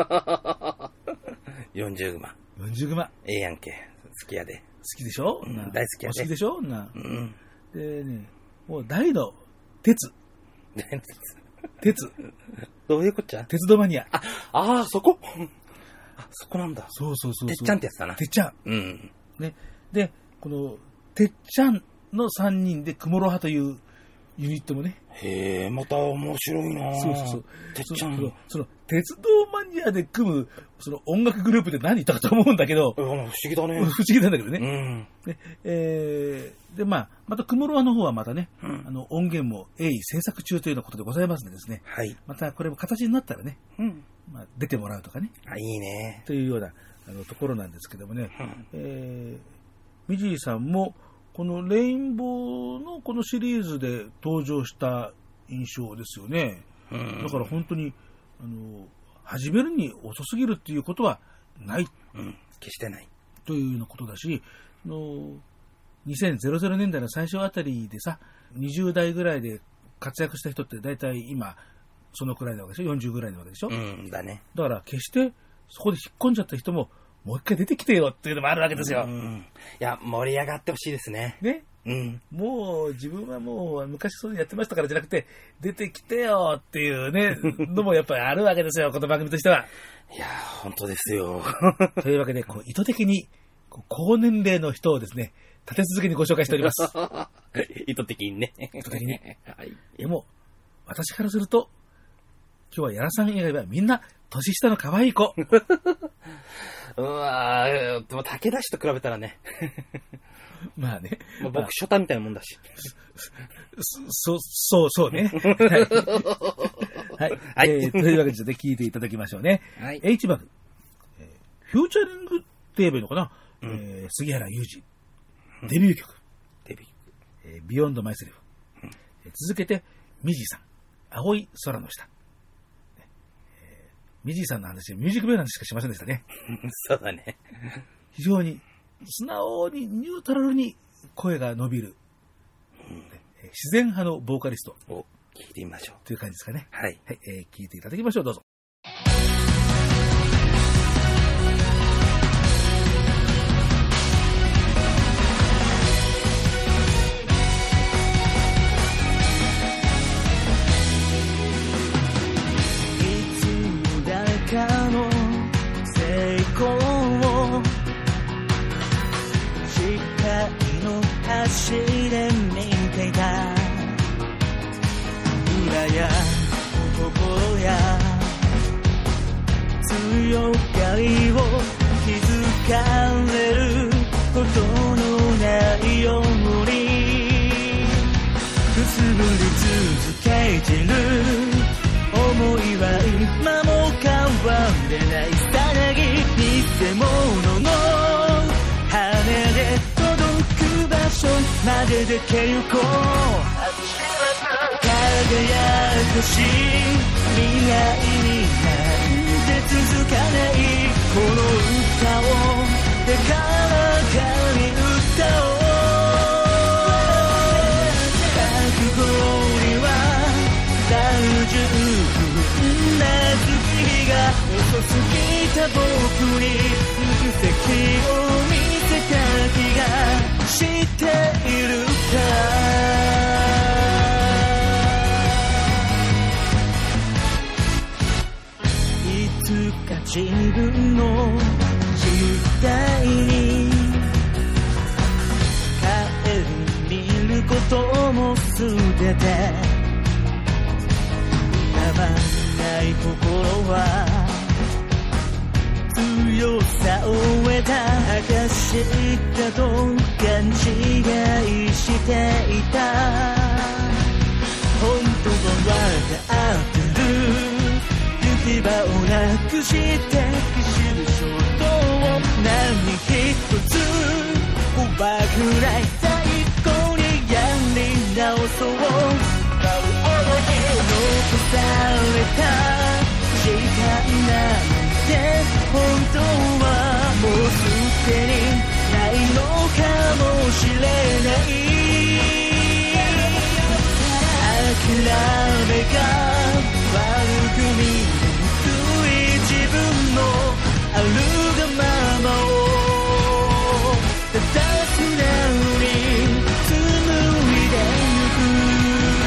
よんじゅうグマよんじゅうグマええやんけ、好きやで。 好きでしょ、うん、 大好きやで。 好きでしょな、 うん、 でね、もう大の鉄鉄どういうこっちゃ、 鉄道マニア。 ああー、そこあ、そこなんだ。 そうそうそうそう。 てっちゃんってやつだな。 てっちゃん。 うん。 ね。で、この、てっちゃんのさんにんでクモロハというユニットもね。 へえ、また面白いな。 そうそうそう。 てっちゃん。 その、その鉄道マニアで組む、その音楽グループって何言ったかと思うんだけど。 不思議だね。 不思議なんだけどね。 うん。 で、えー、で、まあ、またクモロハの方はまたね、うん、あの、音源も鋭意制作中というようなことでございますのでですね。 はい。 またこれも形になったらね、 うん。 まあ、出てもらうとかね。 あ、いいね。 というようなあのところなんですけどもね、うん、えー、ミジーさんもこのレインボーのこのシリーズで登場した印象ですよね。うん、だから本当にあの始めるに遅すぎるっていうことはない、 うん、決してないというようなことだし、あのにせんねんだいの最初あたりでさ、にじゅう代ぐらいで活躍した人って大体今そのくらいなわけでしょ、よんじゅうぐらいなわけでしょ。 うんだね。 だから決してそこで引っ込んじゃった人ももう一回出てきてよっていうのもあるわけですよ。 うん、いや盛り上がってほしいですね。 ね。 うん。 もう自分はもう昔そういうのやってましたからじゃなくて出てきてよっていうねのもやっぱりあるわけですよ、この番組としては。 いや本当ですよ。 というわけでこう意図的にこう高年齢の人をですね立て続けにご紹介しております。 意図的にね。 意図的に。はい。でも私からすると今日はやらさん以外はみんな年下の可愛い子。 うわー、でも武田氏と比べたらね。 まあね。 まあ、僕、初太みたいなもんだし。 そ、そう、そうね。はい。はい、えー。というわけで、聞いていただきましょうね。はい。H バグ、えー。フューチャリングって言えばいいのかな、うん、えー、杉原裕二。デビュー曲。 デビュー曲。 えー、ビヨンドマイセルフ。うん、えー、続けて、ミジーさん。青い空の下。ミジーさんの話、ミュージックビデオなんしかしませんでしたね。 そうだね。 非常に素直にニュートラルに声が伸びる、うん、自然派のボーカリストを聞いてみましょうという感じですかね。 はい、 はい、えー、聞いていただきましょう。どうぞ。 走で見ていた裏や心やないさなぎ偽物の羽で届く場所まで出て行こう輝かしい未来になんて続かないこの歌を高らかに歌おう覚悟には大丈夫な月が遅すぎた僕に奇跡を見せた気がしているかいつか自分の時代に帰り見ることも捨ててたまない心は強さを得た証だと勘違いしていた本当は分かってる行き場をなくしてきしる衝動を何一つ奪くない最高にやり直そう残された時間なんて本当はもうすでにないのかもしれない諦めが悪く見える自分のあるがままをただ素直に紡いでゆく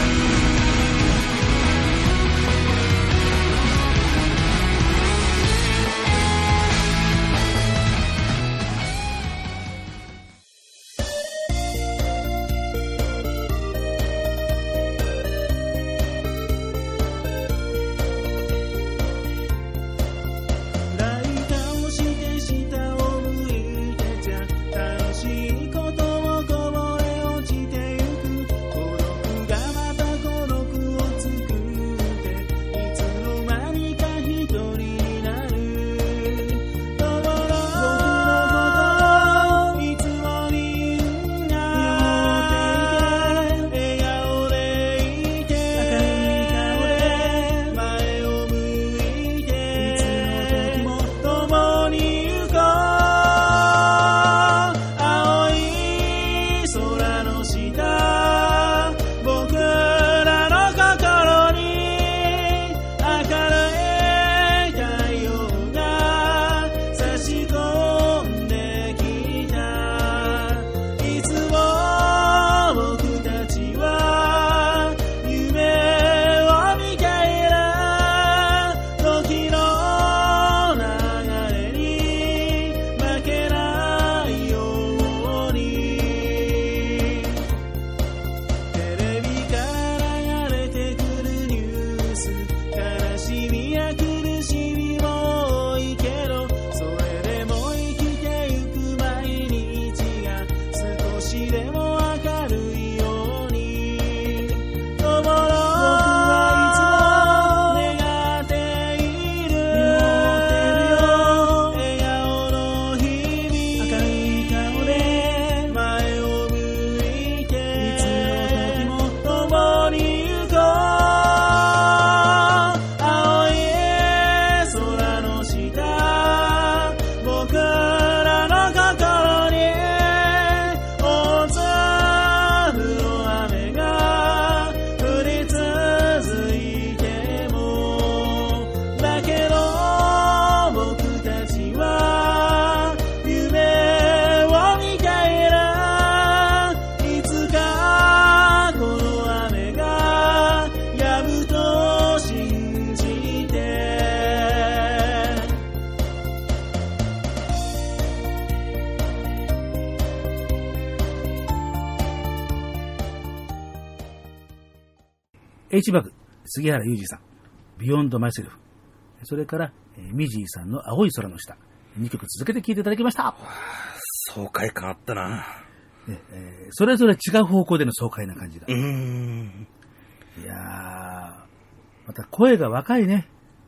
H バグ、杉原裕二さん、ビヨンドマイセルフ。それから、えー、ミジーさんの青い空の下。にきょく続けて聴いていただきました。 爽快感あったな。 ねえー、それぞれ違う方向での爽快な感じが。 うーん。 いやー、また声が若いね。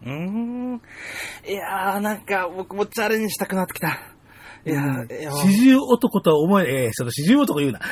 うーん。いやー、なんか、僕もチャレンジしたくなってきた。いやー、いや四十男とは思え、えー、ちょっと四十男言うな。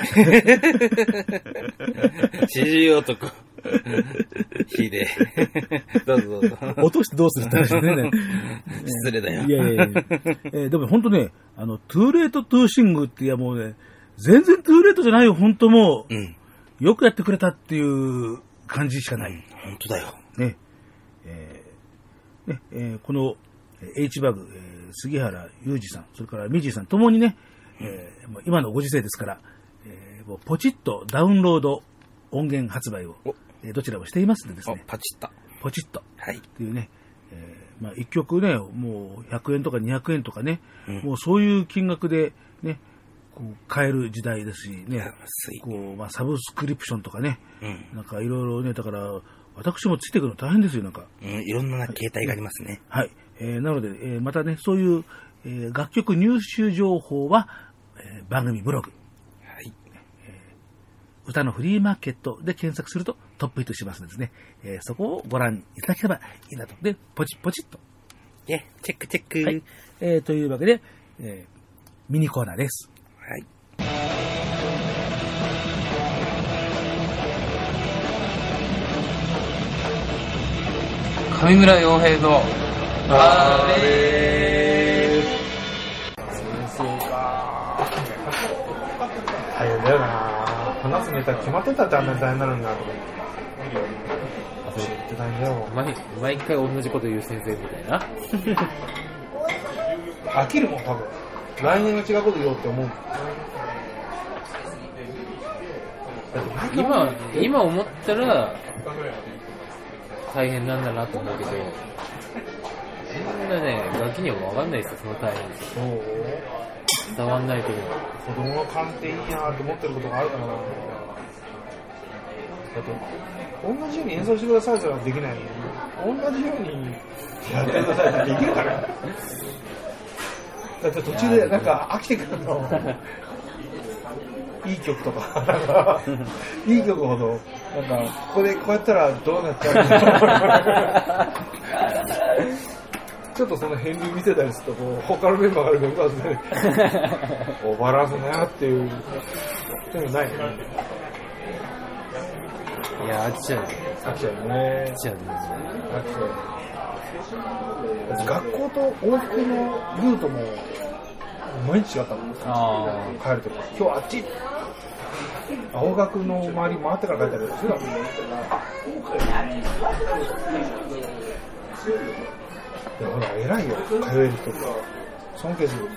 四十男。ひでえ。どうぞどうぞ。 落としてどうするって話ですね。 失礼だよ。 いやいやいや。えー、でも本当ね、あの、トゥーレートトゥーシングって、いやもうね、全然トゥーレートじゃないよ、本当もう。 うん。 よくやってくれたっていう感じしかない。 本当だよ。 ね。えーねえー、この H バグ、えー、杉原裕二さん、それからミジーさんともにね、えー、今のご時世ですから、えー、もうポチッとダウンロード音源発売を、えー、どちらもしていますのでですね。 パチッと。 ポチッと。 はい。 っていうね、えー、まあ一曲ね、もうひゃくえんとかにひゃくえんとかね、うん、もうそういう金額でね、こう買える時代ですしね、こうまあサブスクリプションとかね、うん、なんかいろいろね、だから私もついていくの大変ですよ、なんか。 うん、いろんな形態がありますね。 はい。はい、えー、なので、えー、またね、そういう、えー、楽曲入手情報は、えー、番組ブログ、 はい、 えー、歌のフリーマーケットで検索するとトップヒットしますのでですね、えー、そこをご覧いただければいいなと。で、ポチッポチッと。 え、チェックチェック。 はい。えー、というわけで、えー、ミニコーナーです。 はい。 上村洋平のあれ先生か大変だよな。話すネタ決まってたってあんなに大変になるんだと思って教えて大変だよ。 毎, 毎回同じこと言う先生みたいな飽きるもん多分。来年は違うこと言おうって思う。 今今思ったら大変なんだなと思うけど、そんなね、ガキには分かんないですよ、その大変さ。 そう伝わんないと思う。 子供の勘っていいなって思ってることがあるからな。だって同じように演奏してくださいとはできないのに、同じようにやってくださいってできるからだって途中でなんか飽きてくるのいい曲とか、なんかいい曲ほどなんかここでこうやったらどうなっちゃうちょっとその片鱗見せたりするとこう他のメンバーがあるけどオーバランスなっていうでもないよね。 いや飽きちゃう飽きちゃうね。 飽きちゃうね。 飽きちゃう。学校と往復のルートも毎日違ったもん。 あ帰るとき今日あっち青学の周り回ってから帰ったけどそうだもん。いやほら偉いよ通える人が尊敬する。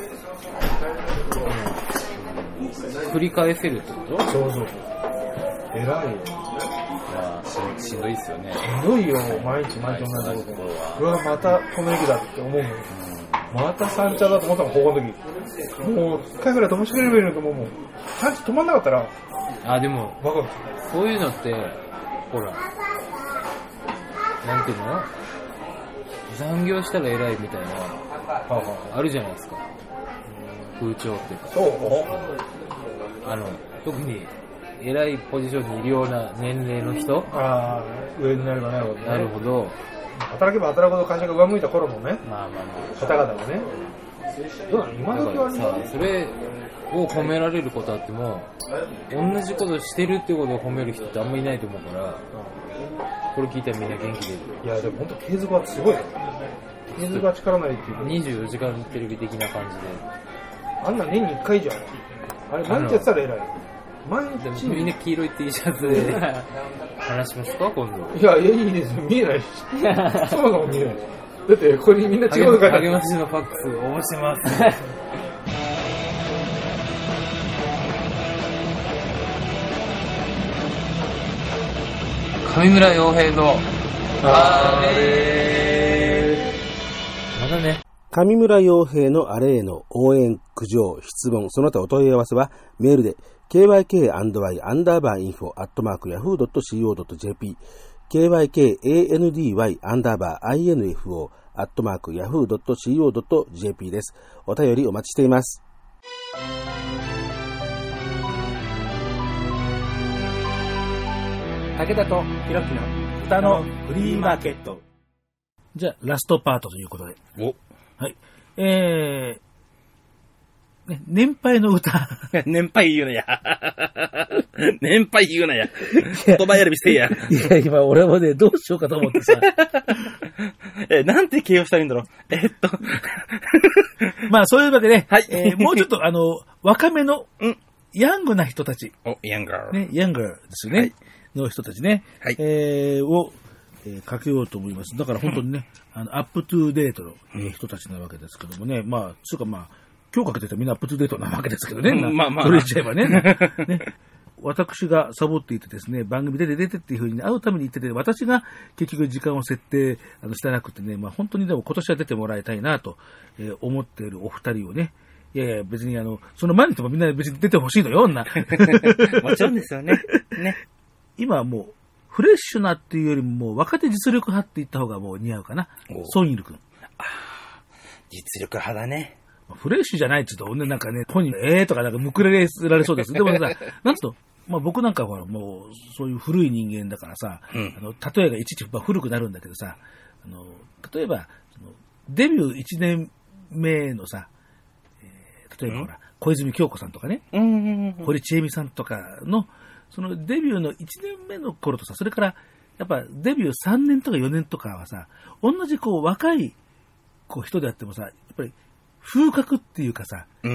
繰り返せるってこと？ そうそうそう偉いよ。 いやし, しんどいっすよね。 しんどいよ毎日毎日同じこと。うわまたこの駅だって思うもん。また三茶だと思ったもん高校の時。もう一回ぐらい止ましてくれればいいのと思うもん。三茶止まんなかったら。 あでもバカそういうのってほらなんていうの残業したら偉いみたいな、はあはあ、あるじゃないですか風潮っていうか。 そうあの特に偉いポジションにいるような年齢の人ああ上になればなるほど、ね、 なるほど働けば働くほど会社が上向いた頃もねまあまあまあ方々がねどうなの今時はさそれを褒められることあっても同じことしてるってことを褒める人ってあんまりいないと思うからこれ聞いたらみんな元気出る。 いやでも本当継続はすごいね。継続は力なりっていうかにじゅうよじかんテレビ的な感じであんな年にいっかいじゃんあれ毎日やってたら偉い。毎日みんな黄色い T シャツで話しますか今度。 いやいやいいです見えないしそもそも見えないしだってここにみんな違うの書いてある。 励ましのファックス応募してます上村洋平のあれまだね。 上村洋平のあれへの応援、苦情、質問、その他お問い合わせはメールで ケーワイケーアンドワイ アンダーバーインフォ アットマーク ヤフー ドット シーオー ドット ジェーピー ケーワイケーアンドワイ アンダーバー インフォ アットマーク ヤフー ドット シーオー ドット ジェーピー です。お便りお待ちしています。 武田とひろきの歌のフリーマーケット。 じゃあ、ラストパートということで。 おはい。えー、ね、年配の歌。 年配言うなや。年配言うなや。言葉選びせえや。 いや、今俺もね、どうしようかと思ってさ。 え、なんて形容したらいいんだろう。えっと。 まあ、そういうわけで、 はい。 えー、もうちょっと、あの、若めの、ヤングな人たち。 お、ヤンガー。 ね、ヤンガーですよね。はい、の人たちね。 はい。 えー、を、えー、かけようと思います。だから本当にね、あの、アップトゥーデートの、えー、人たちなわけですけどもね。まあ、つうかまあ、今日かけてたらみんなアップトゥーデートなわけですけどね。うん、まあまあ。それ言っちゃえばね。ね私がサボっていてですね、番組出て出てっていう風に会うために言ってて、私が結局時間を設定あのしてなくてね、まあ本当にでも今年は出てもらいたいなと、えー、思っているお二人をね、いやいや別にあの、その前にともみんな別に出てほしいのよ、女。 もちろんですよね。ね。 今はもう、フレッシュなっていうよりももう若手実力派って言った方がもう似合うかな。ソンイル君。 ああ、実力派だね。 フレッシュじゃないって言うと、俺なんかね、本人、えーとかなんかむくれられそうです。でもさ、なんつうと、まあ僕なんかはもう、そういう古い人間だからさ、うん、あの、例えがいちいち古くなるんだけどさ、あの、例えば、そのデビューいちねんめのさ、えー、例えばほら、うん、小泉京子さんとかね、うんうんうん、堀ちえみさんとかの、そのデビューのいちねんめの頃とさ、それから、やっぱデビューさんねんとかよねんとかはさ、同じこう若いこう人であってもさ、やっぱり風格っていうかさ、うん、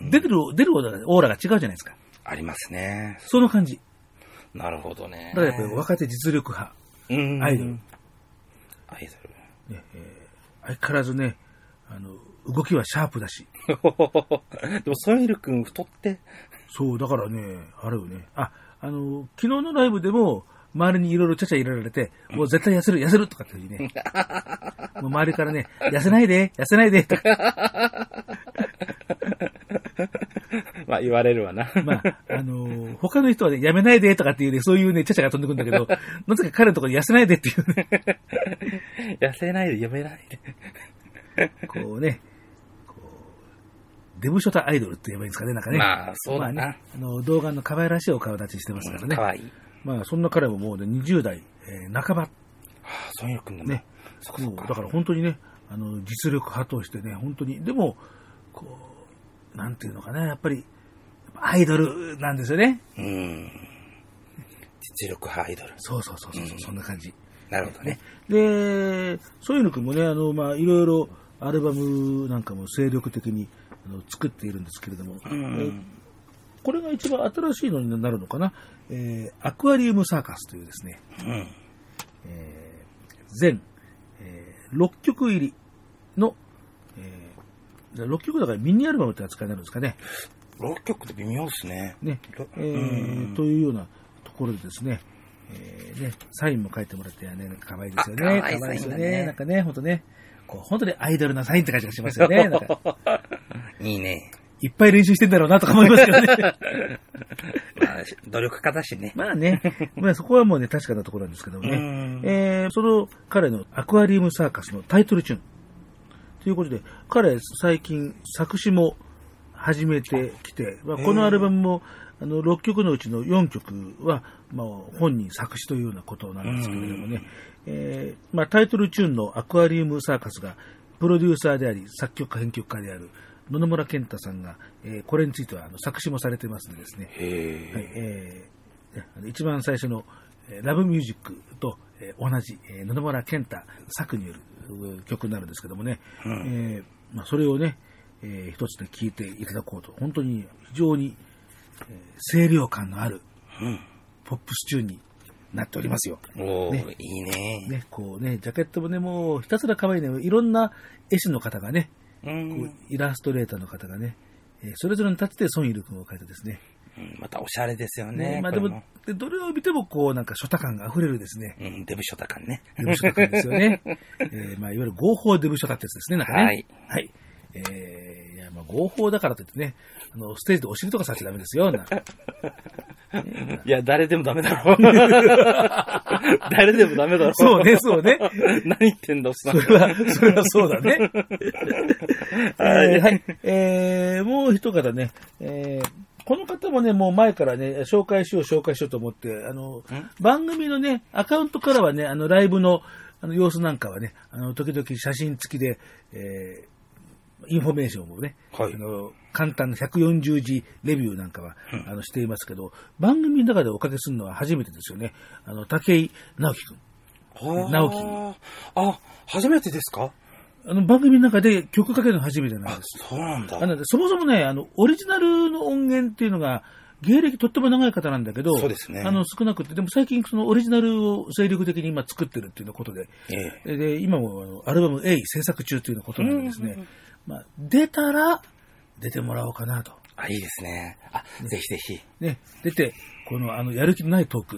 出てる、出るオーラが違うじゃないですか。 ありますね。 その感じ。 なるほどね。 だからやっぱり若手実力派、うん、アイドル。 アイドル。 ねえー、相変わらずね、あの、動きはシャープだし。 でもソイル君太って。 そう、だからね、あれよね。あ、あの、昨日のライブでも、周りにいろいろちゃちゃ入れられて、もう絶対痩せる、痩せるとかっていうね。もう周りからね、痩せないで、痩せないで、とか。 まあ言われるわな。 まあ、あのー、他の人はね、やめないでとかっていうね、そういうね、ちゃちゃが飛んでくるんだけど、なぜか彼のところに痩せないでっていうね。 痩せないで、やめないで。 こうね、こう、デブショタアイドルって言えばいいんですかね、なんかね。 まあ、そうだな。 まあね、あの、動画の可愛らしいお顔立ちしてますからね。 可愛い。 まあ、そんな彼ももうね、にじゅう代、えー、半ば。はあ、そういう君だね。そう、だから本当にね、あの、実力派としてね、本当に、でも、こう、なんていうのかな、やっぱり、アイドルなんですよね。 うん。実力派アイドル。 そうそうそうそう、うん、そんな感じ。 なるほどね。 で、そういうのくんもね、あの、まあ、いろいろアルバムなんかも精力的にあの作っているんですけれども、うん、これが一番新しいのになるのかな、えー、アクアリウムサーカスというですね、うん、えー、全、えー、ろっきょく入りの、えー、ろっきょくだからミニアルバムって扱いになるんですかね。 ろっきょくって微妙ですね。 ね、えーうん、というようなところでですね、えー、ね、サインも書いてもらってね、可愛いですよね。可愛いですよね。なんかね、ほんとね、こう本当にアイドルなサインって感じがしますよね。なんかいいね。 いっぱい練習してんだろうなとか思いますけどね。まあ、 努力家だしね。 まあね、まあそこはもうね、確かなところなんですけどもね。えー、その彼のアクアリウムサーカスのタイトルチューン。ということで、彼最近作詞も始めてきて、まあ、このアルバムもあのろっきょくのうちのよんきょくは、まあ、本人作詞というようなことなんですけれどもね、えーまあ、タイトルチューンのアクアリウムサーカスがプロデューサーであり作曲家編曲家である野々村健太さんが、えー、これについてはあの作詞もされてますのでですね、はい、えー、一番最初のラブミュージックと、えー、同じ、えー、野々村健太作による曲になるんですけどもね、うん、えーまあ、それをね、えー、一つで聴いていただこうと、本当に非常に、えー、清涼感のあるポップスチューンになっておりますよ。 おー、ね、いいね。 ね、こうね、ジャケットもね、もうひたすら可愛いね、いろんな絵師の方がね、うん、こうイラストレーターの方がね、えー、それぞれに立ってソンイル君を描いてですね、 うん、またおしゃれですよね。 ね、まあでも、でどれを見てもこうなんかショタ感が溢れるですね。 うん、デブショタ感ね。 デブショタ感ですよね。えー、まあいわゆる合法デブショタってやつですね、なんかね。はい。はい。えー、いやまあ合法だからといってね、あのステージでお尻とかさせちゃダメですよ。ないや、誰でもダメだろ。誰でもダメだろ。 そうね、そうね。 何言ってんだ、おっさん。 それは、それはそうだね。はい、はい。えー、もう一方ね、えー、この方もね、もう前からね、紹介しよう、紹介しようと思って、あの、番組のね、アカウントからはね、あの、ライブの、 あの様子なんかはね、あの時々写真付きで、えー、インフォメーションをね、 はい、 あの簡単なひゃくよんじゅうじレビューなんかは、うん、あのしていますけど、番組の中でおかけするのは初めてですよね。あの武井直樹君。直樹。 あ、初めてですか？ あの番組の中で曲かけるの初めてなんです。 そうなんだ。 あのそもそもね、あのオリジナルの音源っていうのが芸歴とっても長い方なんだけど、 そうですね。 あの少なくて、でも最近そのオリジナルを精力的に今作ってるっていうことで、ええ、で今もあのアルバム A 制作中というようなことなんですね。まあ出たら出てもらおうかなと。 あ、いいですね。あ、ね、ぜひぜひね、出てこのあのやる気のないトーク。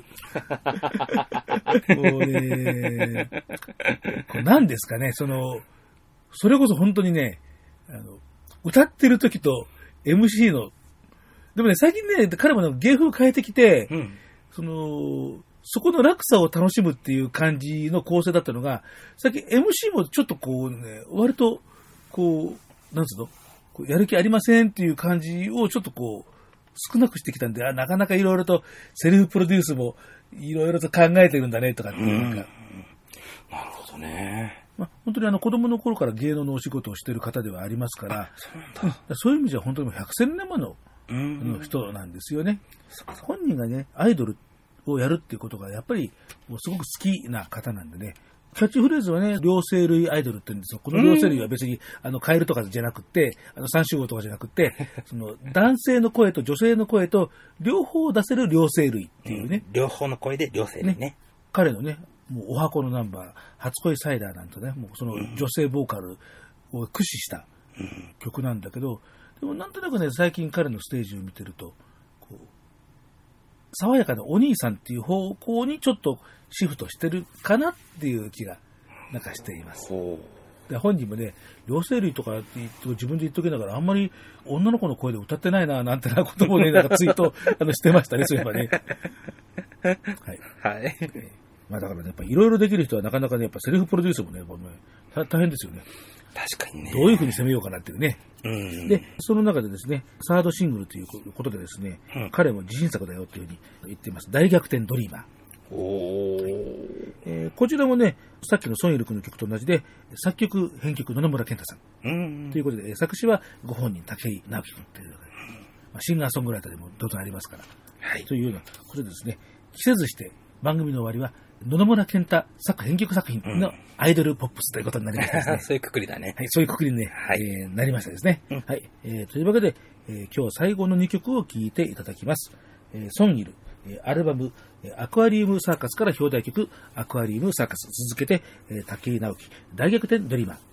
もうね、これ何ですかね、そのそれこそ本当にね、あの歌ってる時と エムシー のでもね、最近ね、彼もね、芸風変えてきて、うん、その、そこの落差を楽しむっていう感じの構成だったのが、最近 エムシー もちょっとこうね、割と、こう、なんつうの、こうやる気ありませんっていう感じをちょっとこう、少なくしてきたんで、あ、なかなかいろいろとセルフプロデュースもいろいろと考えてるんだね、とかっていうなんか、うん。なるほどね。 まあ、本当にあの子供の頃から芸能のお仕事をしている方ではありますから、そうなんだ。そういう意味じゃ本当に百戦錬磨のの人なんですよね。本人がね、アイドルをやるっていうことがやっぱりもうすごく好きな方なんでね、キャッチフレーズはね、両生類アイドルって言うんですよ。この両生類は別にあのカエルとかじゃなくて、あの三種号とかじゃなくて、その男性の声と女性の声と両方出せる両生類っていうね。 うん、両方の声で両生類ね。ね、 彼のね、もうお箱のナンバー、初恋サイダーなんてね、もうその女性ボーカルを駆使した曲なんだけど、でもなんとなくね、最近彼のステージを見てると、こう爽やかなお兄さんっていう方向にちょっとシフトしてるかなっていう気がなんかしています。で本人もね、両生類とかって言って自分で言っときながら、あんまり女の子の声で歌ってないななんてなこともね、なんかツイートあのしてましたね、そういえばね。はい。 はい。 まあだからね、やっぱいろいろできる人はなかなかね、やっぱセルフプロデュースもね、やっぱね大変ですよね。 確かにね。 どういうふうに攻めようかなっていうね。 うん、 で、その中でですね、サードシングルということでですね、うん、彼も自信作だよというふうに言っています。大逆転ドリーマー。 おーえー、こちらもね、さっきのソン・イルクの曲と同じで、作曲、編曲、野々村健太さん。うん、ということで、作詞はご本人、武井直樹君というので、まあ、シンガーソングライターでもどんどんありますから。はい。というようなことでですね、着せずして番組の終わりは、野々村健太作編曲作品のアイドルポップスということになりましたですね。 うん、そういうくくりだね。 はい、そういうくくりに、ね、はい、えー、なりましたですね。うん、はい、えー。というわけで、えー、今日最後のにきょくを聴いていただきます。えー、ソン・イル、えー、アルバム、えー、アクアリウムサーカスから表題曲、アクアリウムサーカス。続けて、えー、武井直樹、大逆転ドリーマー。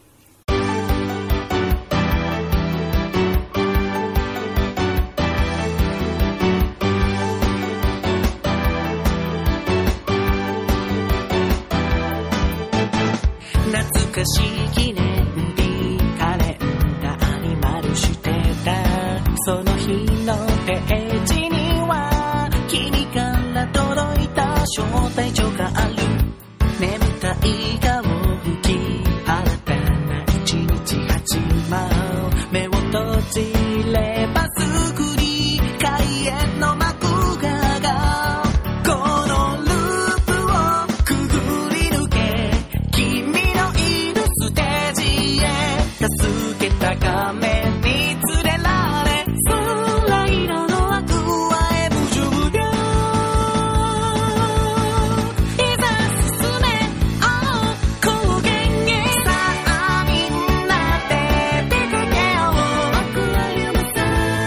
懐かしい記念日カレンダーに丸してたその日のページには君から届いた招待状がある眠たい顔吹き新たな一日始まる目を閉じればすぐに開演の幕が上がるこのループをくぐり抜け君のいるステージへ助けた画面に連れられ空色のアクアへ無重力いざ進めあの高原へさあみんなで出かけようアクアリウムサー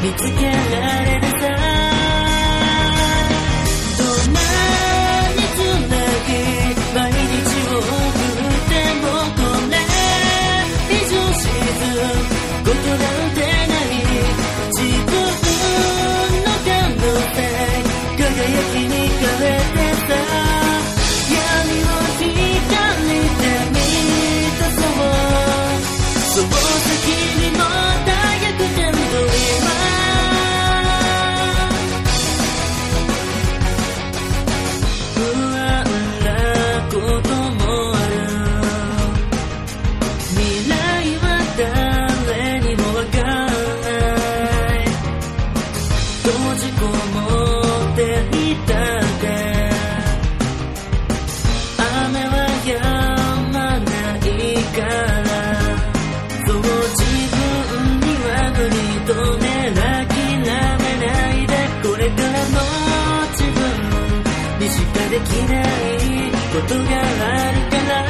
見つけられるさどんなにつらい毎日を送ってもこれ以上沈むことなんてない自分の可能性輝きに変えてさ闇を光で満たそうその先にも輝く天童今不安なこともある未来は誰にもわからない閉じこもっていたって雨は止まないからそう自分には無理とね諦めないでこれからの自分にしかできないことがあるから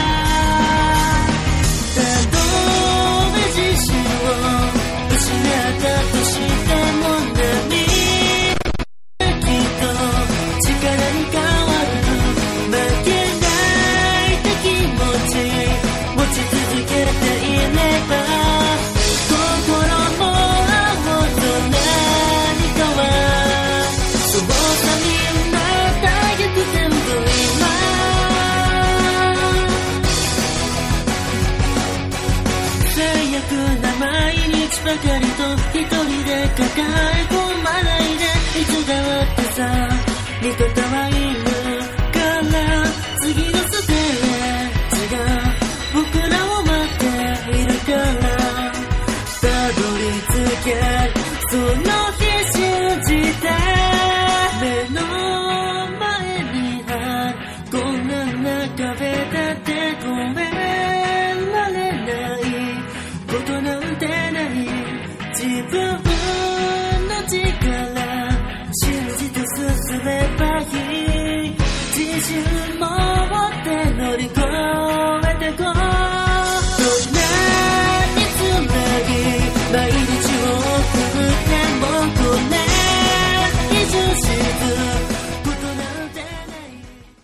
たとえ自信を失ったとしても何きっと力に変わる負けないって気持ち持ち続けていれば心も青と何かはそうさみんな輝く全部今最悪な毎日ばかりと一人で抱え込まないでいつだってさ味方はいるから次のステージが僕らを待っているからたどり着けるその日信じて目の前にあるこんな壁だって越えられないことなんてない自分の力信じて進めばいい自信持って乗り越えてこうどんなにつらい毎日を送ってもこれ以上沈むことなんてない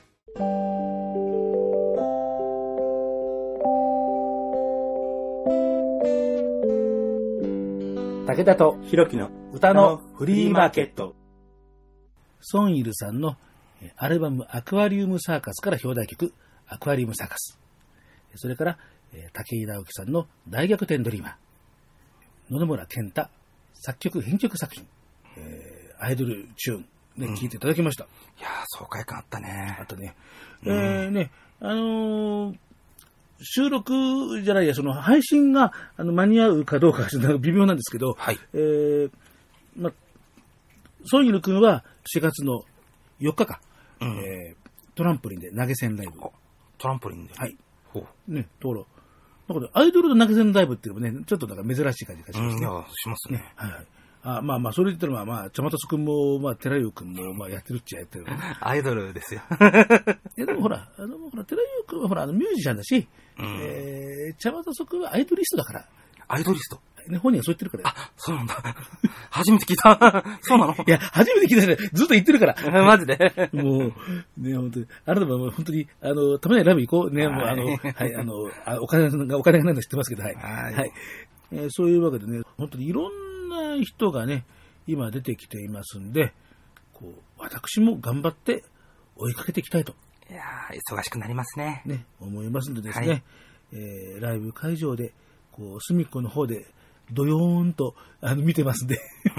武田とひろきの歌のフリーマーケット。ソンイルさんのアルバムアクアリウムサーカスから表題曲アクアリウムサーカス。それから武井直樹さんの大逆転ドリーマー。野々村健太作曲編曲作品。えー、アイドルチューンね、聴、うん、いていただきました。 いやー爽快感あったね。 あとね、うん、えー、ね、あのー、収録じゃないや、その配信があの間に合うかどうか微妙なんですけど、 はい、 えー、ま、ソンイル君はしがつのよっかか、うん、えー、トランポリンで投げ銭ライブ。 トランポリンで、 はい。ほう。ね、討論。だからアイドルの投げ銭ライブっていうのもね、ちょっとなんか珍しい感じがしますね。 うん、いや、しますね。ね、 はいはい。あまあまあ、それ言ったのは、まあ、茶松くんも、まあ、寺優くんも、まあ、やってるっちゃやってる、ね。 アイドルですよ。 いや、でもほら、あの、ほら、寺優くんはほら、あの、ミュージシャンだし、うん、えー、茶松くんはアイドリストだから。 アイドリストね、本人はそう言ってるから。 あ、そうなんだ。初めて聞いた。そうなの？ いや、初めて聞いたじゃない。ずっと言ってるから。 マジでもう、ね、本当に。あなたも本当に、あの、たまにはライブ行こう。ね、もう、あの、はい、あの、あお金が、お金がないの知ってますけど、はい。はい。はい、えー、そういうわけでね、本当にいろんな人がね、今出てきていますんで、こう、私も頑張って追いかけていきたいと。 いやー、忙しくなりますね。 ね、思いますんでですね、はい、えー、ライブ会場で、こう、隅っこの方で、ドヨーンと、あの、見てますんで。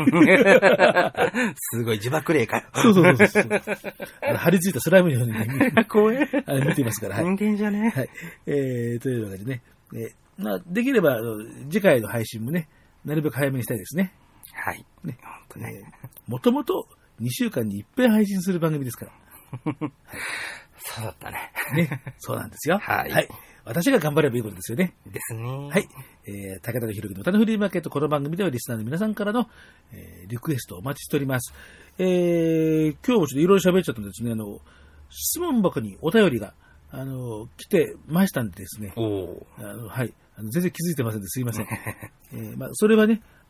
すごい自爆霊かよ。 そうそうそうそう。あの張り付いたスライムのようにね、 怖い。 あの見てますから。はい、 人間じゃね。 はい。えー、というわけでね、えー、まあ、できれば、次回の配信もね、なるべく早めにしたいですね。 はい。ね。本当ね。 えー、もともとにしゅうかんにいっぺん配信する番組ですから。 はい、そうだったね。 ね。そうなんですよ。 はい。 はい。私が頑張ればいいことですよね。 ですね。 はい。えー、武田とひろきの歌のフリーマーケット、この番組ではリスナーの皆さんからの、えー、リクエストをお待ちしております。えー、今日もちょっといろいろ喋っちゃったんですね、あの、質問箱にお便りが、あの、来てましたんでですね。 おあのはい。あの全然気づいてませんですいません。えー、まあ、それはね、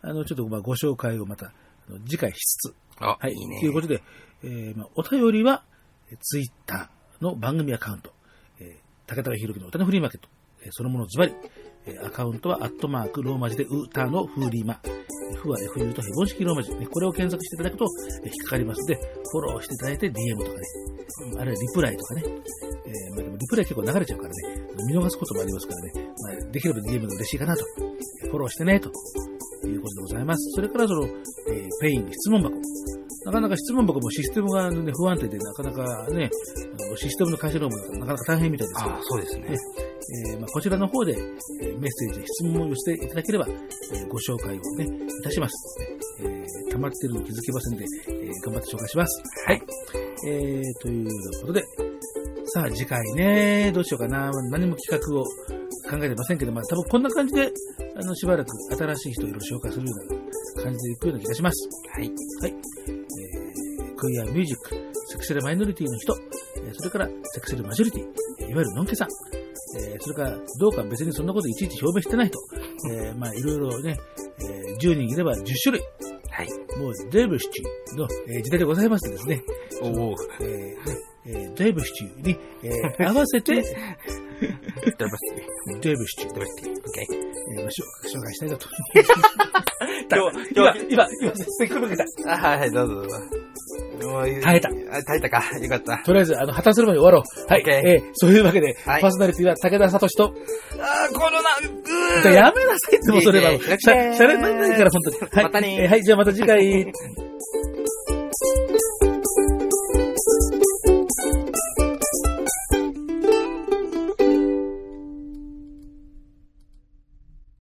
あの、ちょっとまあご紹介をまた、あの次回しつつ、 あ、 はい。 いいね。 ということで、えー、まあ、お便りは、ツイッターの番組アカウント、えー、竹高ひろきの歌のフリーマーケット、えー、そのものズバリ、えー、アカウントは、アットマーク、ローマ字で、うたのフーリーマ。フは エフユー とヘボン式ローマ字、ね。これを検索していただくと、えー、引っかかりますので、フォローしていただいて ディーエム とかね、あるいはリプライとかね、えー、まあでもリプライ結構流れちゃうからね、見逃すこともありますからね、まあ、できれば ディーエム で嬉しいかなと、フォローしてね、ということでございます。それからその、えー、ペイン質問箱。なかなか質問箱もシステムが、ね、不安定で、なかなかね、システムの回収量もなかなか大変みたいですけど、 あ、そうですね。 ねえーまあ、こちらの方で、えー、メッセージ、質問を寄せていただければ、えー、ご紹介をね、いたします。えー、溜まっているの気づけませんで、えー、頑張って紹介します。はい。えー、ということで、さあ次回ね、どうしようかな。何も企画を考えてませんけど、まあ多分こんな感じで、あの、しばらく新しい人をいろいろ紹介するような感じでいくような気がします。 はい。 はい。えー、クイアミュージック、セクシャルマイノリティの人、えー、それからセクシャルマジョリティ、いわゆるノンケさん、えー、それからどうか別にそんなこといちいち表明してないと、えー、まあいろいろね、えー、じゅうにんいればじゅっしゅるい。はい。もうデーブシチューの、えー、時代でございましてですね。 おお。 えーねえー、デーブシチューに、えー、合わせて、 デーブシチュー。 デーブシチュー。 デーブシチュー。オッケー。 えー、まあ、紹介したいなと。 今日、今日、 今、今、せっかく抜けた。 あ、はいはい、どうぞどうぞ。 耐えた。 あ、耐えたか。よかった。 とりあえず、あの、破綻する前に終わろう。はい。えー、そういうわけで、はい、パーソナリティは武田聡と、 あー、コロナ、うー。やめなさいってもそれは。しゃ、しゃれないから、本当に。はい。 またねえー、はい、じゃあまた次回。